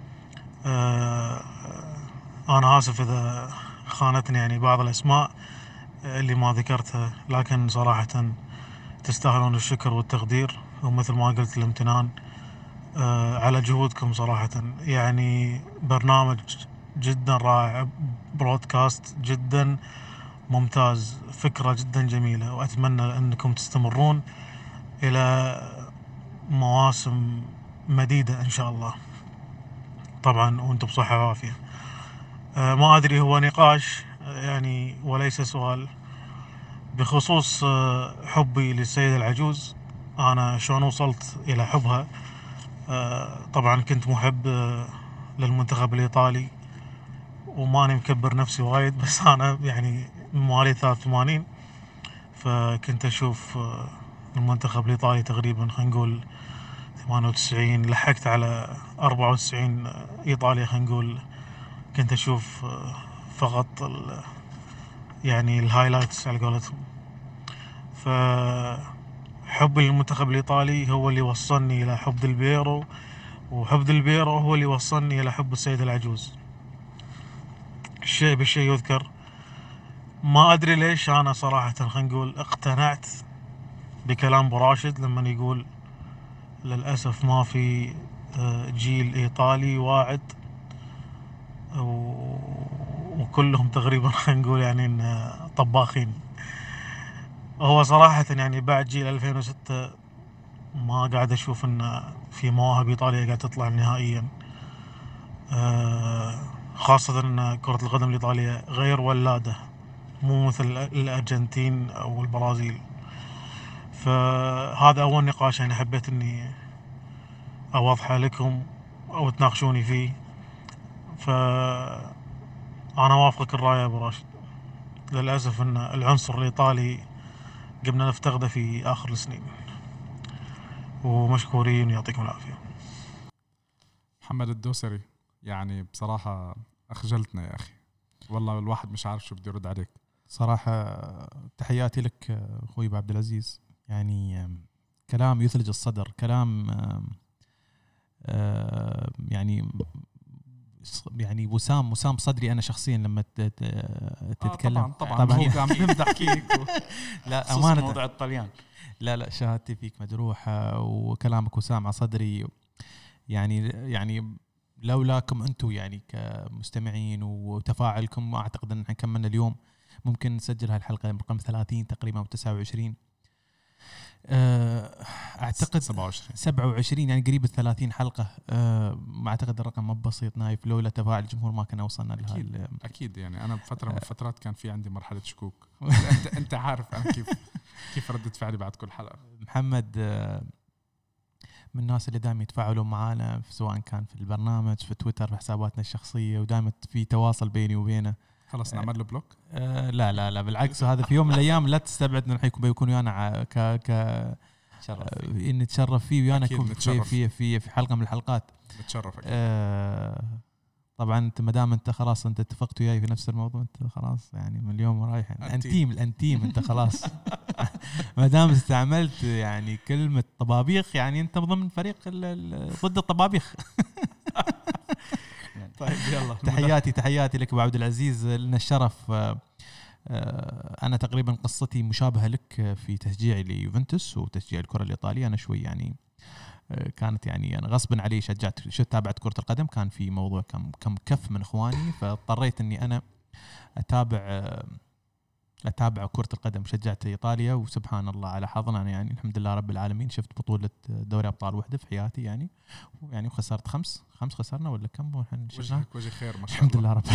أنا آسف إذا خانتني يعني بعض الأسماء اللي ما ذكرتها، لكن صراحة تستاهلون الشكر والتقدير، ومثل ما قلت الامتنان على جهودكم. صراحة يعني برنامج جدا رائع، برودكاست جدا ممتاز، فكرة جدا جميلة، وأتمنى أنكم تستمرون إلى مواسم مديدة إن شاء الله، طبعا وأنتم بصحة وعافية. أه ما أدري، هو نقاش يعني وليس سؤال بخصوص حبي للسيدة العجوز. أنا شلون وصلت إلى حبها؟ أه طبعا كنت محب للمنتخب الإيطالي، وماني مكبر نفسي وايد، بس أنا يعني مواليد ثلاثة وثمانين، فكنت أشوف المنتخب الإيطالي تقريبا خلينا نقول ثمانية وتسعين، لحقت على أربعة وتسعين إيطاليا خلينا نقول. كنت أشوف فقط يعني الهايلايتس على قولتهم. فحب المنتخب الإيطالي هو اللي وصلني إلى حب ديل بيرو، وحب ديل بيرو هو اللي وصلني إلى حب السيد العجوز. الشيء بالشيء يذكر، ما أدري ليش أنا صراحة خلينا نقول اقتنعت بكلام أبو راشد لما يقول للأسف ما في جيل إيطالي واعد وكلهم تقريبا خلينا نقول يعني طباخين. هو صراحة يعني بعد جيل ألفين وستة ما قاعد أشوف إن في مواهب إيطاليا قاعد تطلع نهائيا، خاصة إن كرة القدم الإيطالية غير ولادة، مو مثل الأرجنتين أو البرازيل. فهذا أول نقاش يعني حبيت إني أوضحه لكم أو تناقشوني فيه. فأنا وافقك الرأي يا أبو راشد، للأسف إن العنصر الإيطالي قمنا نفتقده في آخر السنين. ومشكورين ويعطيكم العافية. محمد الدوسري، يعني بصراحة أخجلتنا يا أخي، والله الواحد مش عارف شو بدي يرد عليك صراحة. تحياتي لك أخوي أبو عبد العزيز، يعني كلام يثلج الصدر، كلام يعني يعني وسام وسام صدري أنا شخصيا لما تتكلم. آه طبعا طبعا, طبعا هو عم بمدح فيك و... لا أمانة موضوع الطليان، لا لا شهادتي فيك مجروحة، وكلامك وسام على صدري. يعني يعني لولاكم أنتم يعني كمستمعين وتفاعلكم، أعتقد أن كملنا اليوم ممكن نسجل هالحلقة رقم ثلاثين تقريبا أو تسعة وعشرين، أعتقد سبعة وعشرين سبعة وعشرين يعني قريب الثلاثين حلقة. ما أعتقد الرقم ما بسيط نايف، لولا تفاعل الجمهور ما كنا وصلنا لها. أكيد, أكيد يعني أنا بفترة من الفترات كان في عندي مرحلة شكوك. أنت أنت عارف أنا كيف كيف ردت فعلي بعد كل حلقة. محمد من الناس اللي دائما يتفاعلون معنا، سواء كان في البرنامج في تويتر في حساباتنا الشخصية، ودائما في تواصل بيني وبينه. خلص نعمل له بلوك؟ آه لا لا لا بالعكس، هذا في يوم من الأيام لا تستبعد إنه حيكون بيكون ويانا ك ك شرف إن نتشرف فيه ويانا يكون في في في في حلقة من الحلقات. نتشرف أكيد. آه طبعا انت ما دام انت خلاص انت اتفقت وياي في نفس الموضوع، انت خلاص يعني من اليوم رايح الانتيم الانتيم انت خلاص ما دام استعملت يعني كلمة طبابيخ يعني انت ضمن فريق ضد الطبابيخ. طيب يلا تحياتي تحياتي لك ابو عبد العزيز، لنا الشرف. انا تقريبا قصتي مشابهة لك في تشجيعي ليوفنتوس وتشجيع الكرة الإيطالية. انا شوي يعني كانت يعني أنا غصبا علي شجعت شو تابعت كرة القدم، كان في موضوع كم كم كف من إخواني، فاضطريت إني أنا أتابع أتابع كرة القدم. شجعت إيطاليا وسبحان الله على حظنا أنا يعني الحمد لله رب العالمين شفت بطولة دوري أبطال وحدة في حياتي يعني، يعني وخسرت خمس خمس خسرنا ولا كم وجهك وجه خير ما شاء الحمد لله رب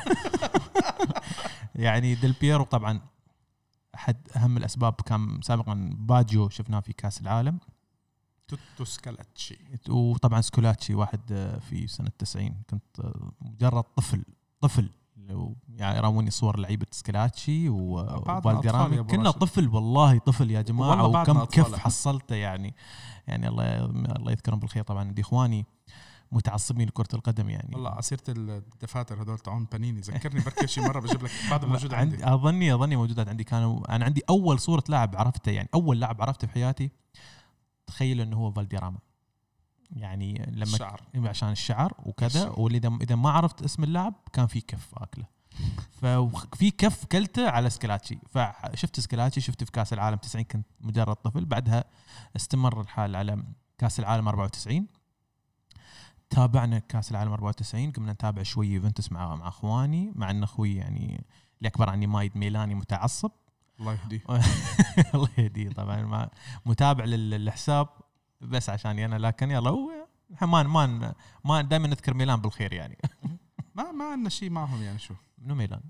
يعني ديل بيرو طبعا أحد أهم الأسباب، كان سابقا باجيو شفناه في كأس العالم، توتو سكالاتشي، وطبعا سكولاتشي واحد في سنة تسعين. كنت مجرد طفل طفل يعني يراوني صور لعيبة سكولاتشي وفالديرامي، كنا طفل والله طفل يا جماعة، وكم كف حصلته يعني يعني الله الله يذكرهم بالخير. طبعا دي إخواني متعصبين لكرة القدم يعني. والله عصيرة الدفاتر هذول تعون بانيني ذكرني بركي شي مرة بجيب لك بعد موجود عندي. أظني أظني موجودات عندي. كانوا أنا عندي أول صورة لاعب عرفته يعني أول لاعب عرفته في حياتي، تخيل انه هو فالديراما يعني لما الشعر. عشان الشعر وكذا، واذا اذا ما عرفت اسم اللاعب كان في كف اكله، ففي كف كلته على سكلاتشي. فشفت سكلاتشي شفت في كاس العالم تسعين كنت مجرد طفل، بعدها استمر الحال على كاس العالم أربعة وتسعين. تابعنا كاس العالم أربعة وتسعين، قمنا نتابع شوي يوفنتوس مع مع اخواني، مع ان اخوي يعني اللي اكبر عني مايد ميلاني متعصب الله يهديه الله يهديه طبعا، ما متابع للحساب بس عشان انا، لكن يلا هو ما ما ما دائما نذكر ميلان بالخير يعني. ما ما عندنا شيء معهم يعني. شو منو ميلان؟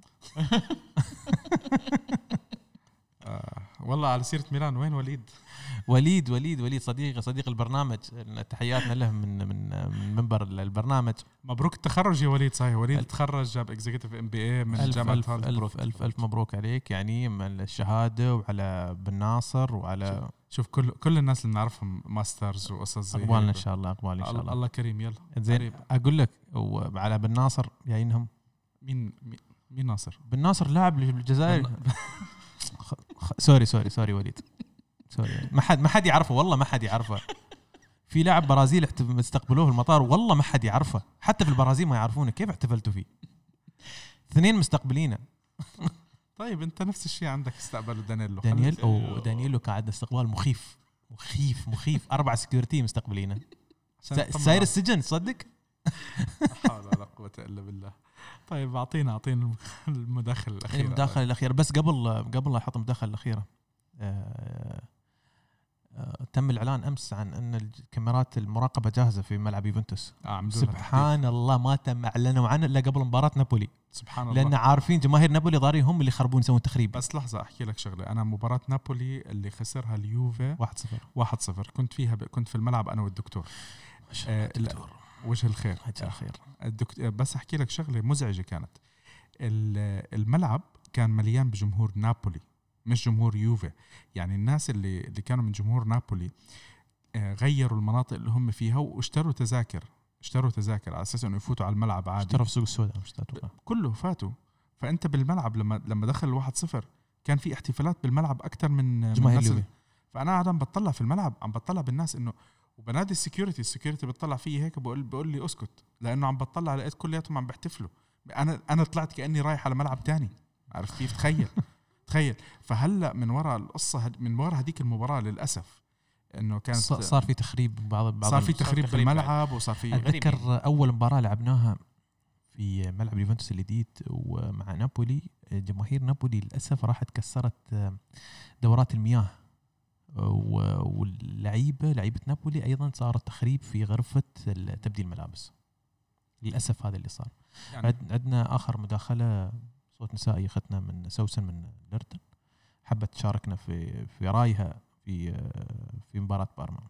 آه والله على سيرة ميلان، وين وليد؟ وليد وليد وليد صديق صديق البرنامج، تحياتنا له من من من منبر البرنامج. مبروك التخرج يا وليد. صحيح وليد تخرج جاب اكزيكتيف ام بي اي من جامعة ألف ألف, ألف ألف مبروك عليك يعني من الشهادة، وعلى بن ناصر، وعلى شوف كل كل الناس اللي نعرفهم ماسترز وقصص زي أقبالنا إن شاء الله أقبال إن شاء الله. الله كريم. يلا زين أقول لك وعلى بن ناصر جايينهم مين, مين مين ناصر؟ بن ناصر لاعب بالجزائر. خ... خ... سوري سوري سوري وليد سوري، ما حد ما حد يعرفه والله، ما حد يعرفه. في لاعب برازيل استقبلوه في المطار والله ما حد يعرفه، حتى في البرازيل ما يعرفونه. كيف احتفلتوا فيه؟ اثنين مستقبلينه. طيب انت نفس الشيء عندك استقبلوا دانييلو. دانييل او دانييلو قاعد استقبال مخيف مخيف مخيف. اربع سكيورتي مستقبلينه ساير السجن تصدق. حول ولا قوه الا بالله. طيب اعطينا اعطينا المداخله الاخيره. المداخله الاخيره بس قبل قبل لا احط المداخله الاخيره. أه أه تم الاعلان امس عن ان الكاميرات المراقبه جاهزه في ملعب يوفنتوس. آه سبحان الله ما تم اعلنوا عنه الا قبل مباراه نابولي. سبحان الله. لان عارفين جماهير نابولي ضارين هم اللي يخربون يسوون تخريب. بس لحظه احكي لك شغله. انا مباراه نابولي اللي خسرها اليوفي واحد صفر واحد صفر كنت فيها ب... كنت في الملعب انا والدكتور. آه الدكتور وجه الخير وجه الخير. الدكتور بس احكي لك شغله مزعجه كانت. الملعب كان مليان بجمهور نابولي مش جمهور يوفي. يعني الناس اللي اللي كانوا من جمهور نابولي غيروا المناطق اللي هم فيها واشتروا تذاكر اشتروا تذاكر على اساس انه يفوتوا على الملعب عادي. اشتروا في سوق السوداء كله فاتوا. فانت بالملعب لما لما دخل الواحد صفر كان في احتفالات بالملعب اكثر من جماهير اليوفي. فانا قاعد عم بطلع في الملعب عم بطلع بالناس انه وبنادي السكيورتي السكيورتي بتطلع فيه هيك بقول بقول لي اسكت لانه عم بطلع لقيت كلياتهم عم بيحتفلوا. انا انا طلعت كاني رايح على ملعب تاني. عارف كيف؟ تخيل تخيل. فهلا من وراء القصه من وراء هذيك المباراه للاسف انه كانت صار في تخريب بعض بعض صار في تخريب بالملعب وصار في اتذكر اول مباراه لعبناها في ملعب يوفنتوس الجديد ومع نابولي. جماهير نابولي للاسف راحت كسرت دورات المياه واللعيبه لعيبه نابولي ايضا صار تخريب في غرفه تبديل الملابس. للاسف هذا اللي صار. يعني عندنا اخر مداخله صوت نسائي اختنا من سوسن من ليرتن حبت تشاركنا في في رايها في في مباراه بارما.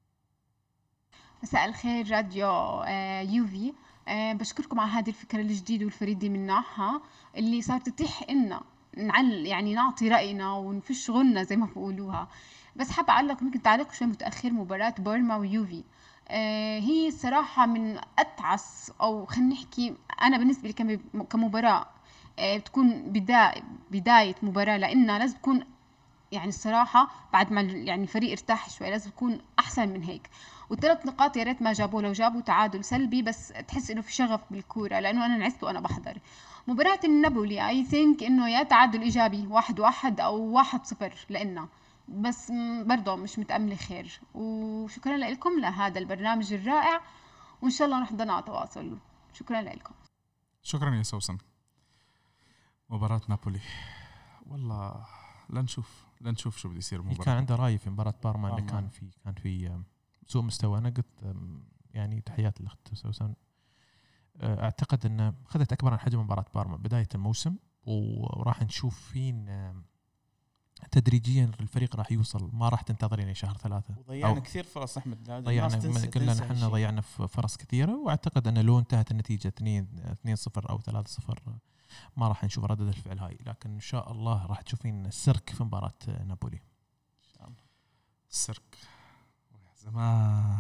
مساء الخير راديو يوفي. بشكركم على هذه الفكره الجديده والفريده من نوعها اللي صارت تتيح لنا نعل يعني نعطي راينا ونفش غلنا زي ما بيقولوها. بس حابه اعلق ممكن تعليق شوي متاخر مباراه بارما ويوفي. هي الصراحه من اتعس او خلينا نحكي انا بالنسبه لي كمباراه بتكون بداية بداية مباراة لأنها لازم تكون يعني الصراحة بعد ما يعني الفريق ارتاح شوي لازم تكون أحسن من هيك. والثلاث نقاط يا ريت ما جابوا لو جابوا تعادل سلبي بس تحس إنه في شغف بالكورة لأنه أنا نعست وأنا بحضر مباراة النابولي. أي ثينك إنه يا تعادل إيجابي واحد واحد أو واحد صفر لأنه بس برضه مش متأملة خير. وشكرا لكم لهذا البرنامج الرائع وإن شاء الله نحن على تواصل. شكرا لكم. شكرا يا سوسن. مباراة نابولي والله لنشوف لنشوف شو بده يصير مباراة. كان عنده رأي في مباراة بارما اللي كان في كان في سوء مستوى. أنا قلت يعني تحيات الأخت سوسن. أعتقد أن أخذت أكبر عن حجم مباراة بارما بداية الموسم وراح نشوف فين تدريجيا الفريق راح يوصل. ما راح تنتظرين يعني شهر ثلاثة. وضيعنا كثير فرص أحمد. ضيعنا كلنا نحن ضيعنا فرص كثيرة. وأعتقد أن لو انتهت النتيجة اثنين اثنين صفر أو ثلاثة صفر ما راح نشوف ردة الفعل هاي. لكن إن شاء الله راح تشوفين السرك في مباراة نابولي. إن شاء الله. السرك زمان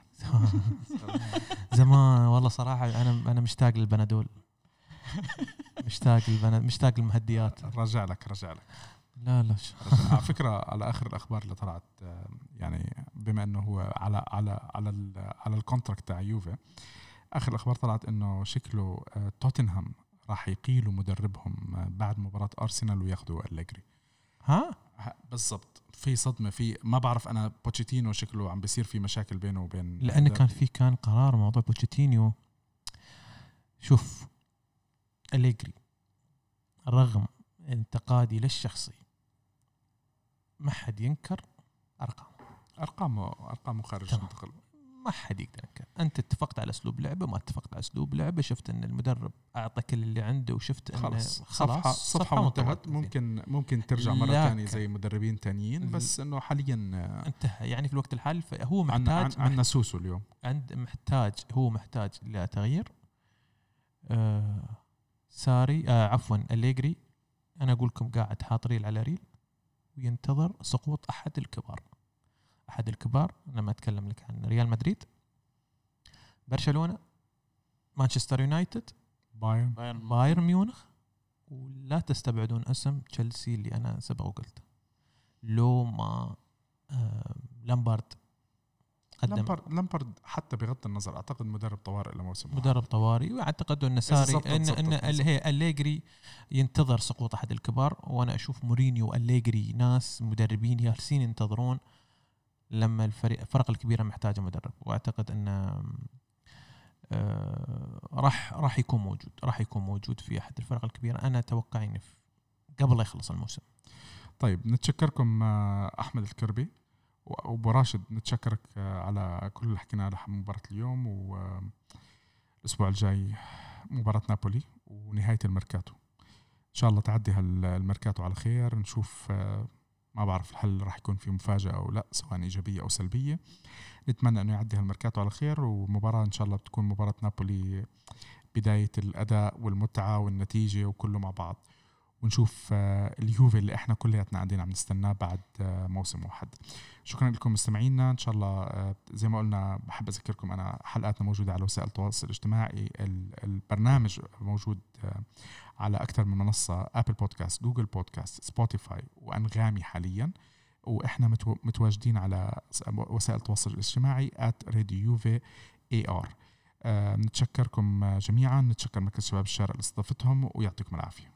زمان والله صراحة أنا أنا مشتاق للبنادول. مشتاق للبناد مشتاق للمهديات. رجع لك رجع لك لا لا على فكرة على آخر الأخبار اللي طلعت يعني بما إنه هو على على على ال على الكونتراكت تاع يوفي. آخر الأخبار طلعت إنه شكله توتنهام راح يقيلوا مدربهم بعد مباراة أرسنال وياخدوا أليجري. ها بالضبط. في صدمة في ما بعرف أنا بوتشيتينو شكله عم بيصير في مشاكل بينه وبين لأن كان في كان قرار موضوع بوتشيتينو. شوف أليجري رغم انتقادي للشخصي ما حد ينكر أرقام أرقامه أرقامه خارج المنطقة. ما حد يقدر ينكر. أنت اتفقت على أسلوب لعبة ما اتفقت على أسلوب لعبة. شفت أن المدرب أعطى كل اللي عنده وشفت أن خلاص خلاص صفحة صفحة منتهت. ممكن ممكن ترجع مرة ثانية زي مدربين تانيين بس إنه حاليا انتهى. يعني في الوقت الحالي هو محتاج عن عن سوسو اليوم عند محتاج هو محتاج لتغيير. آه ساري آه عفوا أليجري أنا أقول لكم قاعد حاط ريل على ريل وينتظر سقوط أحد الكبار. أحد الكبار لما أتكلم لك عن ريال مدريد برشلونة مانشستر يونايتد بايرن بايرن ميونخ ولا تستبعدون اسم تشيلسي اللي انا سبق وقلته. لو ما آه لامبارد قدم لامبارد لامبارد حتى بغض النظر اعتقد مدرب طوارئ لموسم مدرب طوارئ، واعتقد ان ساري ان ان اللي هي أليجري ينتظر سقوط احد الكبار، وانا اشوف مورينيو وأليجري ناس مدربين جالسين ينتظرون لما الفريق الفرق الكبيره محتاجه مدرب، واعتقد ان آه راح راح يكون موجود راح يكون موجود في احد الفرق الكبيره. انا اتوقع قبل لا يخلص الموسم. طيب نتشكركم احمد الكربي وابو راشد، نتشكرك على كل اللي حكينا على مباراه اليوم، والاسبوع الجاي مباراه نابولي ونهايه الميركاتو. ان شاء الله تعدي هالميركاتو على خير. نشوف، ما بعرف هل راح يكون في مفاجاه او لا، سواء ايجابيه او سلبيه. نتمنى انه يعدي هالميركاتو على خير، ومباراه ان شاء الله بتكون مباراه نابولي بدايه الاداء والمتعه والنتيجه وكله مع بعض، ونشوف اليوفي اللي احنا كلياتنا قاعدين عم نستناه بعد موسم واحد. شكرا لكم مستمعينا. ان شاء الله زي ما قلنا، بحب اذكركم انا حلقاتنا موجوده على وسائل التواصل الاجتماعي. البرنامج موجود على اكثر من منصه: ابل بودكاست، جوجل بودكاست، سبوتيفاي، وانغامي حاليا. واحنا متواجدين على وسائل التواصل الاجتماعي آت راديو يوفي اي ار. نتشكركم جميعا، نتشكر مركز شباب الشارع لاستضافتهم، ويعطيكم العافيه.